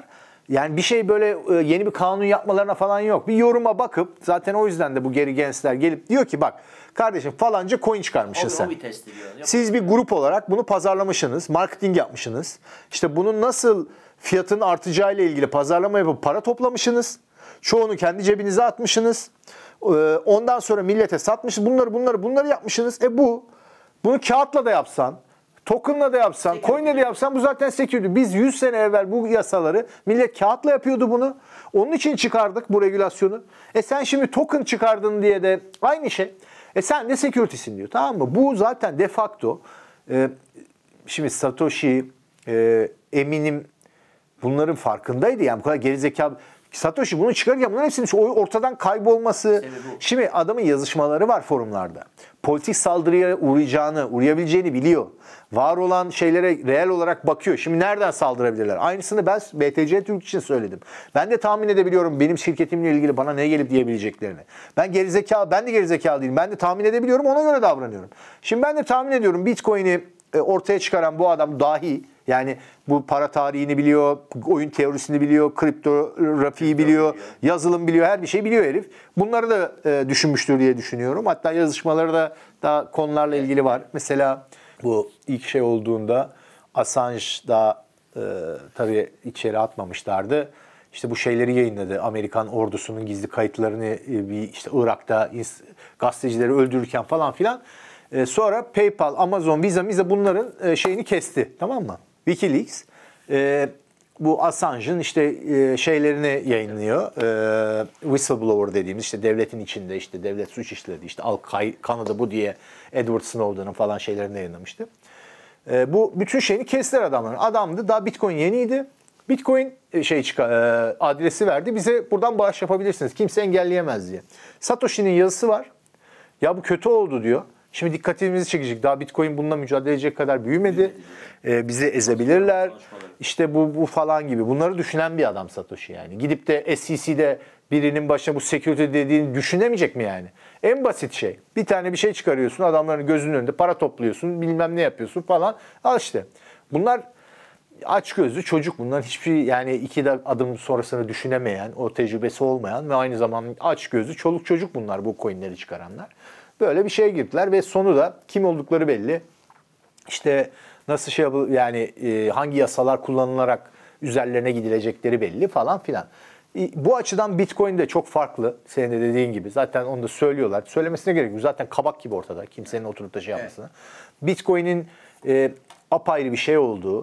Yani bir şey böyle e, yeni bir kanun yapmalarına falan yok. Bir yoruma bakıp zaten o yüzden de bu Gary Gensler gelip diyor ki bak kardeşim falanca coin çıkarmışsın O, sen. o bir test ediyor. Siz bir grup olarak bunu pazarlamışsınız, marketing yapmışsınız. İşte bunun nasıl fiyatın artacağıyla ilgili pazarlama yapıp para toplamışsınız. Çoğunu kendi cebinize atmışsınız. Ee, Ondan sonra millete satmışsınız. Bunları bunları bunları yapmışsınız. E bu, bunu kağıtla da yapsan, token'la da yapsan, Security. coin'le de yapsan bu zaten security. Biz yüz sene evvel bu yasaları millet kağıtla yapıyordu bunu. Onun için çıkardık bu regülasyonu. E sen şimdi token çıkardın diye de aynı şey. E sen de security'sin diyor, tamam mı? Bu zaten de facto e, şimdi Satoshi e, eminim bunların farkındaydı yani bu kadar gerizekalı. Satoshi bunu çıkarırken bunların hepsinin ortadan kaybolması. Şimdi adamın yazışmaları var forumlarda. Politik saldırıya uğrayacağını, uğrayabileceğini biliyor. Var olan şeylere reel olarak bakıyor. Şimdi nereden saldırabilirler? Aynısını ben B T C Türk için söyledim. Ben de tahmin edebiliyorum benim şirketimle ilgili bana ne gelip diyebileceklerini. Ben gerizekalı, ben de gerizekalı değilim. Ben de tahmin edebiliyorum, ona göre davranıyorum. Şimdi ben de tahmin ediyorum Bitcoin'i ortaya çıkaran bu adam dahi, yani bu para tarihini biliyor, oyun teorisini biliyor, kriptografiyi biliyor, yazılım biliyor, her bir şey biliyor herif. Bunları da e, düşünmüştür diye düşünüyorum. Hatta yazışmaları da daha konularla ilgili var. Mesela bu ilk şey olduğunda Assange da e, tabii içeri atmamışlardı. İşte bu şeyleri yayınladı. Amerikan ordusunun gizli kayıtlarını e, bir işte Irak'ta gazetecileri öldürürken falan filan. E, sonra PayPal, Amazon, Visa, Visa bunların e, şeyini kesti. Tamam mı? WikiLeaks e, bu Assange'ın işte e, şeylerini yayınlıyor. E, whistleblower dediğimiz işte devletin içinde işte devlet suç işledi. İşte Al Kanada bu diye Edward Snowden'ın falan şeylerini yayınlamıştı. E, bu bütün şeyini kestiler adamların. Adamdı daha Bitcoin yeniydi. Bitcoin şey çıkar, e, adresi verdi. Bize buradan bağış yapabilirsiniz. Kimse engelleyemez diye. Satoshi'nin yazısı var. Ya bu kötü oldu diyor. Şimdi dikkatimizi çekecek. Daha Bitcoin bununla mücadele edecek kadar büyümedi. Ee, bizi ezebilirler. İşte bu bu falan gibi. Bunları düşünen bir adam Satoshi yani. Gidip de S E C'de birinin başına bu security dediğini düşünemeyecek mi yani? En basit şey. Bir tane bir şey çıkarıyorsun. Adamların gözünün önünde para topluyorsun. Bilmem ne yapıyorsun falan. Al işte. Bunlar açgözlü çocuk. Bunların hiçbir yani iki adım sonrasını düşünemeyen, o tecrübesi olmayan ve aynı zamanda açgözlü çoluk çocuk bunlar, bu coinleri çıkaranlar. Böyle bir şeye girdiler ve sonu da kim oldukları belli. İşte nasıl şey yapıl yani e, hangi yasalar kullanılarak üzerlerine gidilecekleri belli falan filan. E, bu açıdan Bitcoin de çok farklı. Senin de dediğin gibi. Zaten onu da söylüyorlar. Söylemesine gerek yok. Zaten kabak gibi ortada. Kimsenin oturup da şey yapmasına. Evet. Bitcoin'in e, apayrı bir şey olduğu,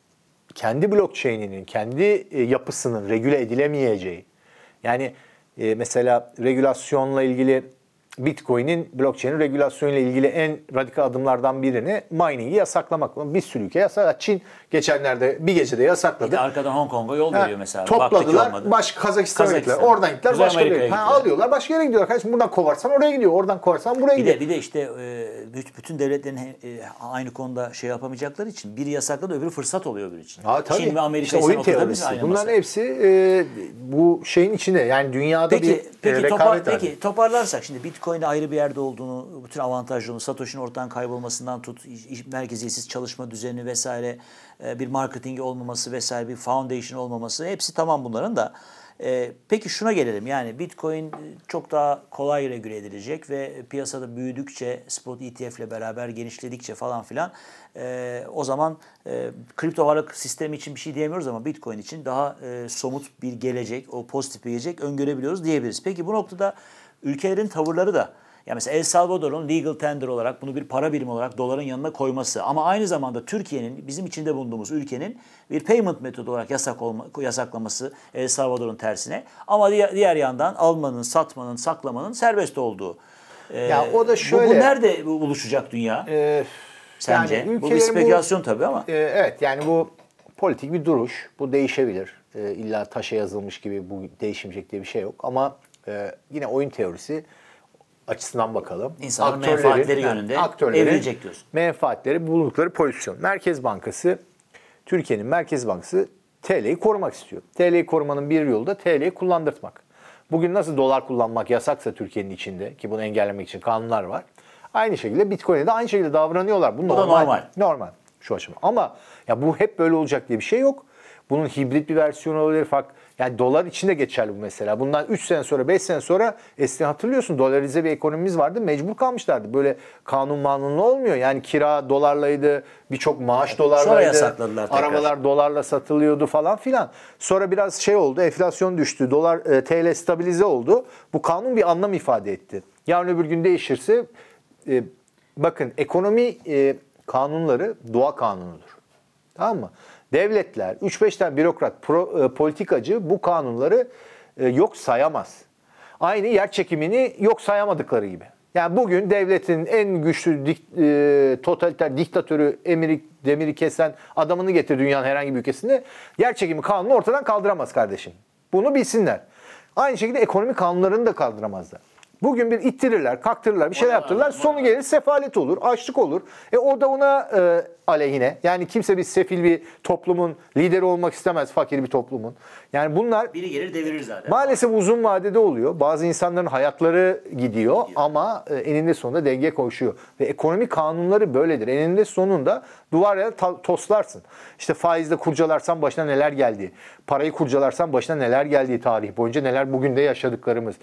kendi blockchain'inin, kendi e, yapısının regüle edilemeyeceği. Yani e, mesela regülasyonla ilgili Bitcoin'in blockchain'in regülasyonuyla ilgili en radikal adımlardan birini mining'i yasaklamak. Bir sürü ülke yasakladı. Çin geçenlerde bir gecede yasakladı. Bir de arkadan Hong Kong'a yol veriyor mesela. Topladılar. Baş Kazakistan'a Kazakistan. gittiler. Oradan gittiler. Kuzey Başka bir Amerika'ya yere. Ha, gittiler. alıyorlar. Başka yere gidiyorlar. Kardeşim buradan kovarsan oraya gidiyor. Oradan kovarsan buraya Bir gidiyor. de bir de işte e, bütün devletlerin e, aynı konuda şey yapamayacakları için biri yasakladı, öbürü fırsat oluyor öbürü için. Ha, tabii. Çin ve Amerika işte oyun teorisi. Bunların masaya. hepsi e, bu şeyin içinde. Yani dünyada Peki, bir peki, e, topar, rekabet peki hali. toparlarsak şimdi Bitcoin'de ayrı bir yerde olduğunu, bütün avantajlarını, Satoshi'nin ortadan kaybolmasından tut, iş- merkeziyetsiz çalışma düzeni vesaire, e, bir marketingi olmaması vesaire, bir foundation olmaması, hepsi tamam bunların da. E, peki şuna gelelim, yani Bitcoin çok daha kolay regüle edilecek ve piyasada büyüdükçe, spot E T F ile beraber genişledikçe falan filan, e, o zaman e, kripto varlık sistemi için bir şey diyemiyoruz ama Bitcoin için daha e, somut bir gelecek, o pozitif bir gelecek öngörebiliyoruz diyebiliriz. Peki bu noktada ülkelerin tavırları da, yani mesela El Salvador'un legal tender olarak bunu bir para birimi olarak doların yanına koyması, ama aynı zamanda Türkiye'nin, bizim içinde bulunduğumuz ülkenin bir payment metodu olarak yasak olma, yasaklaması El Salvador'un tersine, ama diğer, diğer yandan almanın, satmanın, saklamanın serbest olduğu. Ee, Ya o da şöyle. Bu, bu nerede buluşacak dünya? E, Sence? yani Bu bir spekülasyon bu, tabii ama. E, evet yani bu politik bir duruş. Bu değişebilir. E, illa taşa yazılmış gibi bu değişmeyecek diye bir şey yok. Ama e, yine oyun teorisi açısından bakalım. İnsanların menfaatleri yönünde evrilecek diyorsun. Menfaatleri, bulundukları pozisyon. Merkez Bankası, Türkiye'nin Merkez Bankası T L'yi korumak istiyor. T L'yi korumanın bir yolu da T L'yi kullandırtmak. Bugün nasıl dolar kullanmak yasaksa Türkiye'nin içinde, ki bunu engellemek için kanunlar var. Aynı şekilde Bitcoin'e de aynı şekilde davranıyorlar. Bu normal. normal. Normal şu aşama. Ama ya bu hep böyle olacak diye bir şey yok. Bunun hibrit bir versiyonu olabilir. Fark, yani dolar için de geçerli bu mesela. Bundan üç sene sonra, beş sene sonra eskiden hatırlıyorsun dolarize bir ekonomimiz vardı. Mecbur kalmışlardı. Böyle kanun manunlu olmuyor. Yani kira dolarlaydı, birçok maaş dolarlaydı. Sonra yasakladılar tekrar. Arabalar dolarla satılıyordu falan filan. Sonra biraz şey oldu, enflasyon düştü, dolar e, T L stabilize oldu. Bu kanun bir anlam ifade etti. Yarın öbür gün değişirse, e, bakın ekonomi e, kanunları doğa kanunudur. Tamam mı? Devletler, üç beş tane bürokrat, pro, e, politikacı bu kanunları e, yok sayamaz. Aynı yer çekimini yok sayamadıkları gibi. Yani bugün devletin en güçlü dik, e, totaliter diktatörü emiri, demiri kesen adamını getir dünyanın herhangi bir ülkesinde, yer çekimi kanunu ortadan kaldıramaz kardeşim. Bunu bilsinler. Aynı şekilde ekonomi kanunlarını da kaldıramazlar. Bugün bir ittirirler, kaktırırlar, bir şeyler yaptırırlar. Sonu gelir sefalet olur, açlık olur. E o da ona e, aleyhine. Yani kimse bir sefil bir toplumun lideri olmak istemez, fakir bir toplumun. Yani bunlar Biri gelir devirir zaten. maalesef uzun vadede oluyor. Bazı insanların hayatları gidiyor ama e, eninde sonunda denge koşuyor. Ve ekonomi kanunları böyledir. Eninde sonunda duvarla ta- toslarsın. İşte faizle kurcalarsan başına neler geldiği, parayı kurcalarsan başına neler geldiği tarih boyunca, neler bugün de yaşadıklarımız.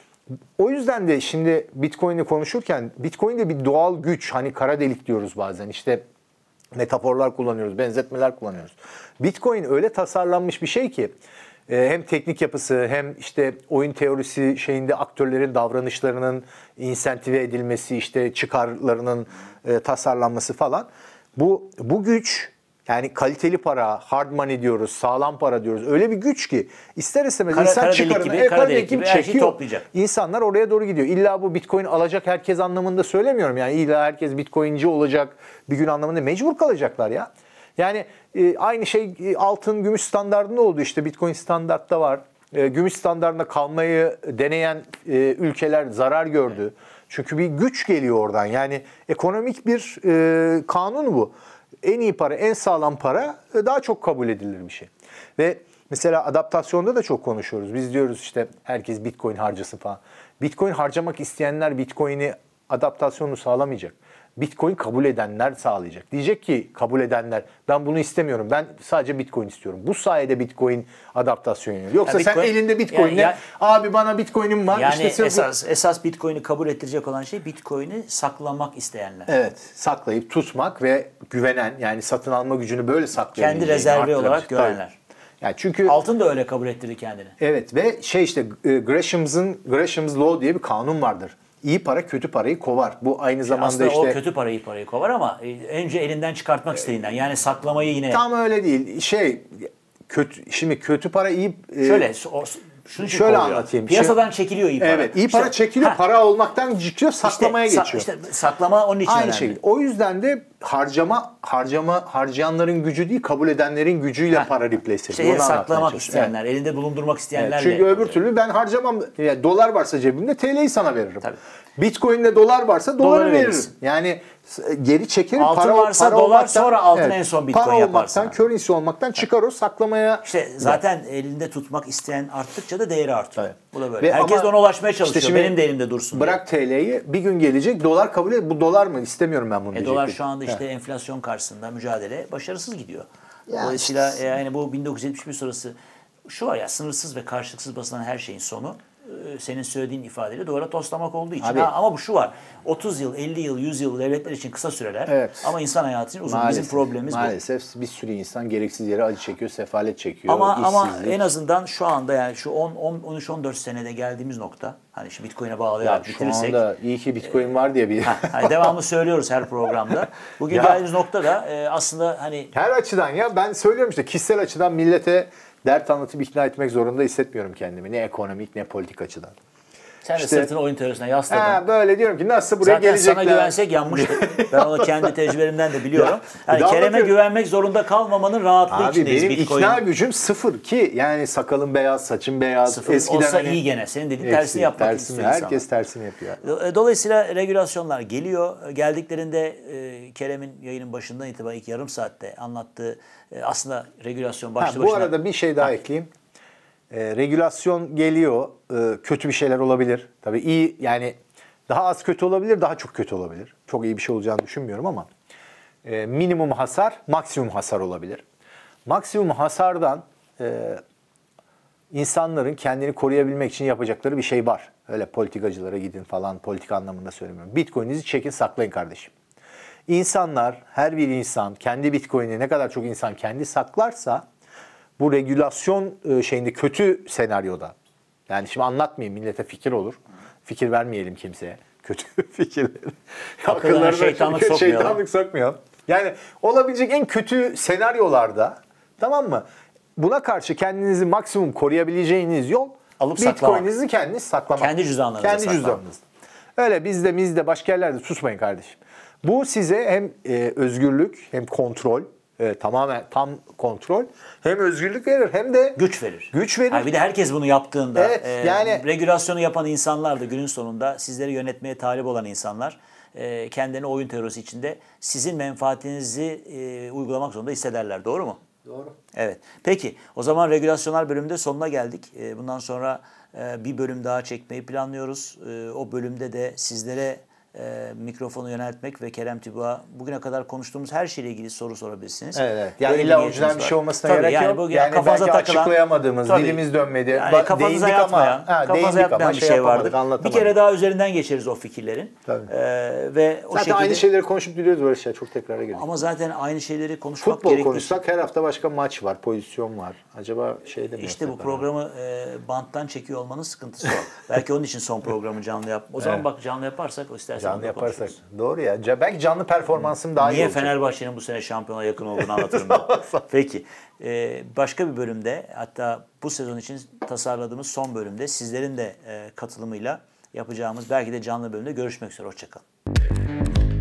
O yüzden de şimdi Bitcoin'i konuşurken Bitcoin de bir doğal güç. Hani kara delik diyoruz bazen. İşte metaforlar kullanıyoruz, benzetmeler kullanıyoruz. Bitcoin öyle tasarlanmış bir şey ki hem teknik yapısı hem işte oyun teorisi şeyinde aktörlerin davranışlarının insentive edilmesi, işte çıkarlarının tasarlanması falan. Bu bu güç, yani kaliteli para, hard money diyoruz, sağlam para diyoruz. Öyle bir güç ki ister istemez Kara- insan kara delik çıkarını, gibi, e, kara kara delik delik gibi gibi her şeyi çekiyor. toplayacak. İnsanlar oraya doğru gidiyor. İlla bu Bitcoin alacak herkes anlamında söylemiyorum. Yani illa herkes Bitcoinci olacak bir gün anlamında, mecbur kalacaklar ya. Yani e, aynı şey e, altın, gümüş standardında oldu işte. Bitcoin standartta var. E, gümüş standardında kalmayı deneyen e, ülkeler zarar gördü. Çünkü bir güç geliyor oradan. Yani ekonomik bir e, kanun bu. En iyi para, en sağlam para daha çok kabul edilir bir şey. Ve mesela adaptasyonda da çok konuşuyoruz. Biz diyoruz işte herkes Bitcoin harcasın falan. Bitcoin harcamak isteyenler Bitcoin'i, adaptasyonu sağlamayacak. Bitcoin kabul edenler sağlayacak. Diyecek ki kabul edenler, ben bunu istemiyorum, ben sadece Bitcoin istiyorum. Bu sayede Bitcoin adaptasyon yapıyor. Yoksa Ya sen Bitcoin- elinde Bitcoin'le yani ya- abi bana Bitcoin'im var. Yani işte sen bu- esas esas Bitcoin'i kabul ettirecek olan şey Bitcoin'i saklamak isteyenler. Evet, saklayıp tutmak ve güvenen, yani satın alma gücünü böyle saklayabileceğini, Kendi rezervi arttırabilecek. olarak görenler. Tabii. Yani çünkü Altın da öyle kabul ettirdi kendini. evet, ve şey işte e, Gresham's'ın Gresham's Law diye bir kanun vardır. İyi para kötü parayı kovar. Bu aynı zamanda Aslında işte o kötü parayı parayı kovar ama e, önce elinden çıkartmak istediğinden. Yani saklamayı yine tam öyle değil. Şey kötü, şimdi kötü para iyi e, şöyle o, şunun için şöyle kovuyor. anlatayım. Piyasadan çekiliyor iyi para. Evet, iyi para İşte- çekiliyor, Ha, para olmaktan çıkıyor, saklamaya işte, sa- geçiyor. işte saklama onun için Aynı önemli. şekilde. O yüzden de harcama harcama harcayanların gücü değil, kabul edenlerin gücüyle Ha, para replace ediyor. İşte Onu anlatmaya saklamak çalışıyorum. isteyenler, elinde bulundurmak Evet, isteyenlerle. çünkü öbür türlü ben harcamam. Yani dolar varsa cebimde T L'yi sana veririm. Tabii. Bitcoin'de dolar varsa doları Doları veririm. verirsin. Yani s- geri çekerim. Altın para, varsa para dolar, olmaktan- sonra altın en son Bitcoin para yaparsın olmaktan, abi. currency olmaktan çıkar o, saklamaya. İşte zaten elinde tutmak isteyen arttıkça da değeri artıyor. Evet. Bu da böyle. Ve Herkes ama de ona ulaşmaya çalışıyor. işte şimdi Benim de elimde dursun diye. Bırak T L'yi, bir gün gelecek dolar kabul et. Bu dolar mı? İstemiyorum ben bunu E diyecek. dolar biri. şu anda işte Evet. enflasyon karşısında mücadele başarısız gidiyor. Ya Dolayısıyla işte- e, yani bu bin dokuz yüz yetmiş bir sonrası şu var ya, sınırsız ve karşılıksız basılan her şeyin sonu e, senin söylediğin ifadeyle duvara toslamak olduğu için. Abi- Ha, ama bu şu var. otuz yıl, elli yıl, yüz yıl devletler için kısa süreler Evet. ama insan hayatı için uzun. Maalesef, Bizim problemimiz bu. maalesef bir sürü insan gereksiz yere acı çekiyor, sefalet çekiyor, Ama ama işsizlik. en azından şu anda yani şu on on üç on dört senede geldiğimiz nokta, hani şu Bitcoin'e Ya bağlayarak şu bitirirsek anda iyi ki Bitcoin var diye bir... hani devamlı söylüyoruz her programda. Bugün Ya. geldiğimiz nokta da e, aslında hani Her açıdan ya, ben söylüyorum işte kişisel açıdan millete dert anlatıp ikna etmek zorunda hissetmiyorum kendimi. Ne ekonomik ne politik açıdan. sen de İşte- sırtını oyun teorisine yasladın. Ha, böyle diyorum ki nasıl buraya Zaten gelecekler. sana güvensek yanmıştık. Ben onu kendi tecrübelerimden de biliyorum. Yani daha Kerem'e bakıyorum. güvenmek zorunda kalmamanın rahatlığı Abi içindeyiz benim Bitcoin. ikna gücüm sıfır ki, yani sakalım beyaz, saçım beyaz. Sıfır Eskiden olsa hani- iyi gene. Senin dediğin Eksi, tersini yapmak tersini, istiyor insanlar. herkes tersini yapıyor. Dolayısıyla regülasyonlar geliyor. Geldiklerinde e, Kerem'in yayının başından itibaren ilk yarım saatte anlattığı e, aslında regülasyon başlı Ha, bu başına. arada bir şey daha ekleyeyim. Ee, regülasyon geliyor. Ee, kötü bir şeyler olabilir. Tabii iyi, yani daha az kötü olabilir, daha çok kötü olabilir. Çok iyi bir şey olacağını düşünmüyorum ama e, minimum hasar, maksimum hasar olabilir. maksimum hasardan e, insanların kendini koruyabilmek için yapacakları bir şey var. Öyle politikacılara gidin falan, politik anlamında söylemiyorum. Bitcoin'inizi çekin, saklayın kardeşim. İnsanlar, her bir insan kendi Bitcoin'i ne kadar çok insan kendi saklarsa bu regülasyon e, şeyinde kötü senaryoda. Yani şimdi anlatmayayım, millete fikir olur. Fikir vermeyelim kimseye. Kötü fikirleri. Akıllarına şeytanlık sokmayalım. Şeytanlık sokmayalım. Yani olabilecek en kötü senaryolarda, tamam mı? Buna karşı kendinizi maksimum koruyabileceğiniz yol Alıp Bitcoin'inizi saklamak. kendiniz saklamak. Kendi cüzdanlarınızda Kendi saklamak. cüzdanınızda. Öyle bizde bizde başka yerlerde susmayın kardeşim. Bu size hem e, özgürlük hem kontrol, e, tamamen tam kontrol, hem özgürlük verir hem de Güç verir. Güç verir. Ha, bir de herkes bunu yaptığında, Evet, e, yani- regülasyonu yapan insanlar da günün sonunda sizleri yönetmeye talip olan insanlar e, kendilerini oyun teorisi içinde sizin menfaatinizi e, uygulamak zorunda hissederler. Doğru mu? Doğru. Evet. Peki o zaman regülasyonel bölümde sonuna geldik. E, bundan sonra e, bir bölüm daha çekmeyi planlıyoruz. E, o bölümde de sizlere e, mikrofonu yöneltmek ve Kerem Tibu'a bugüne kadar konuştuğumuz her şeyle ilgili soru sorabilirsiniz. Evet, evet. Yani Böyle illa bir orijinal niyetimiz bir var. şey olmasına Tabii, gerek yani yok. bugün Yani kafanıza belki takılan- açıklayamadığımız, Tabii. dilimiz dönmedi. Yani Ba- kafanıza değindik ama- yatmayan, ha, kafanıza değindik yatmayan ama bir şey şey yapamadık, vardır. Bir anlatamadık. kere daha üzerinden geçeriz o fikirlerin. Tabii. Ee, ve o Zaten şekilde, aynı şeyleri konuşup duruyoruz, böyle şey çok tekrara geliyor. ama zaten aynı şeyleri konuşmak Futbol gerektiği konuşsak her hafta başka maç var, pozisyon var. Acaba şeyde mi İşte bu yapsak? programı e, banttan çekiyor olmanın sıkıntısı o. Belki onun için son programı canlı yap. O zaman Evet. bak canlı yaparsak o istersen Canlı onu da yaparsak. konuşuruz. Doğru ya. Ca- Belki canlı performansım daha iyi Niye olacak. Fenerbahçe'nin bu sene şampiyona yakın olduğunu anlatırım ben. Peki. e, başka bir bölümde, hatta bu sezon için tasarladığımız son bölümde sizlerin de e, katılımıyla yapacağımız belki de canlı bölümde görüşmek üzere. Hoşçakalın.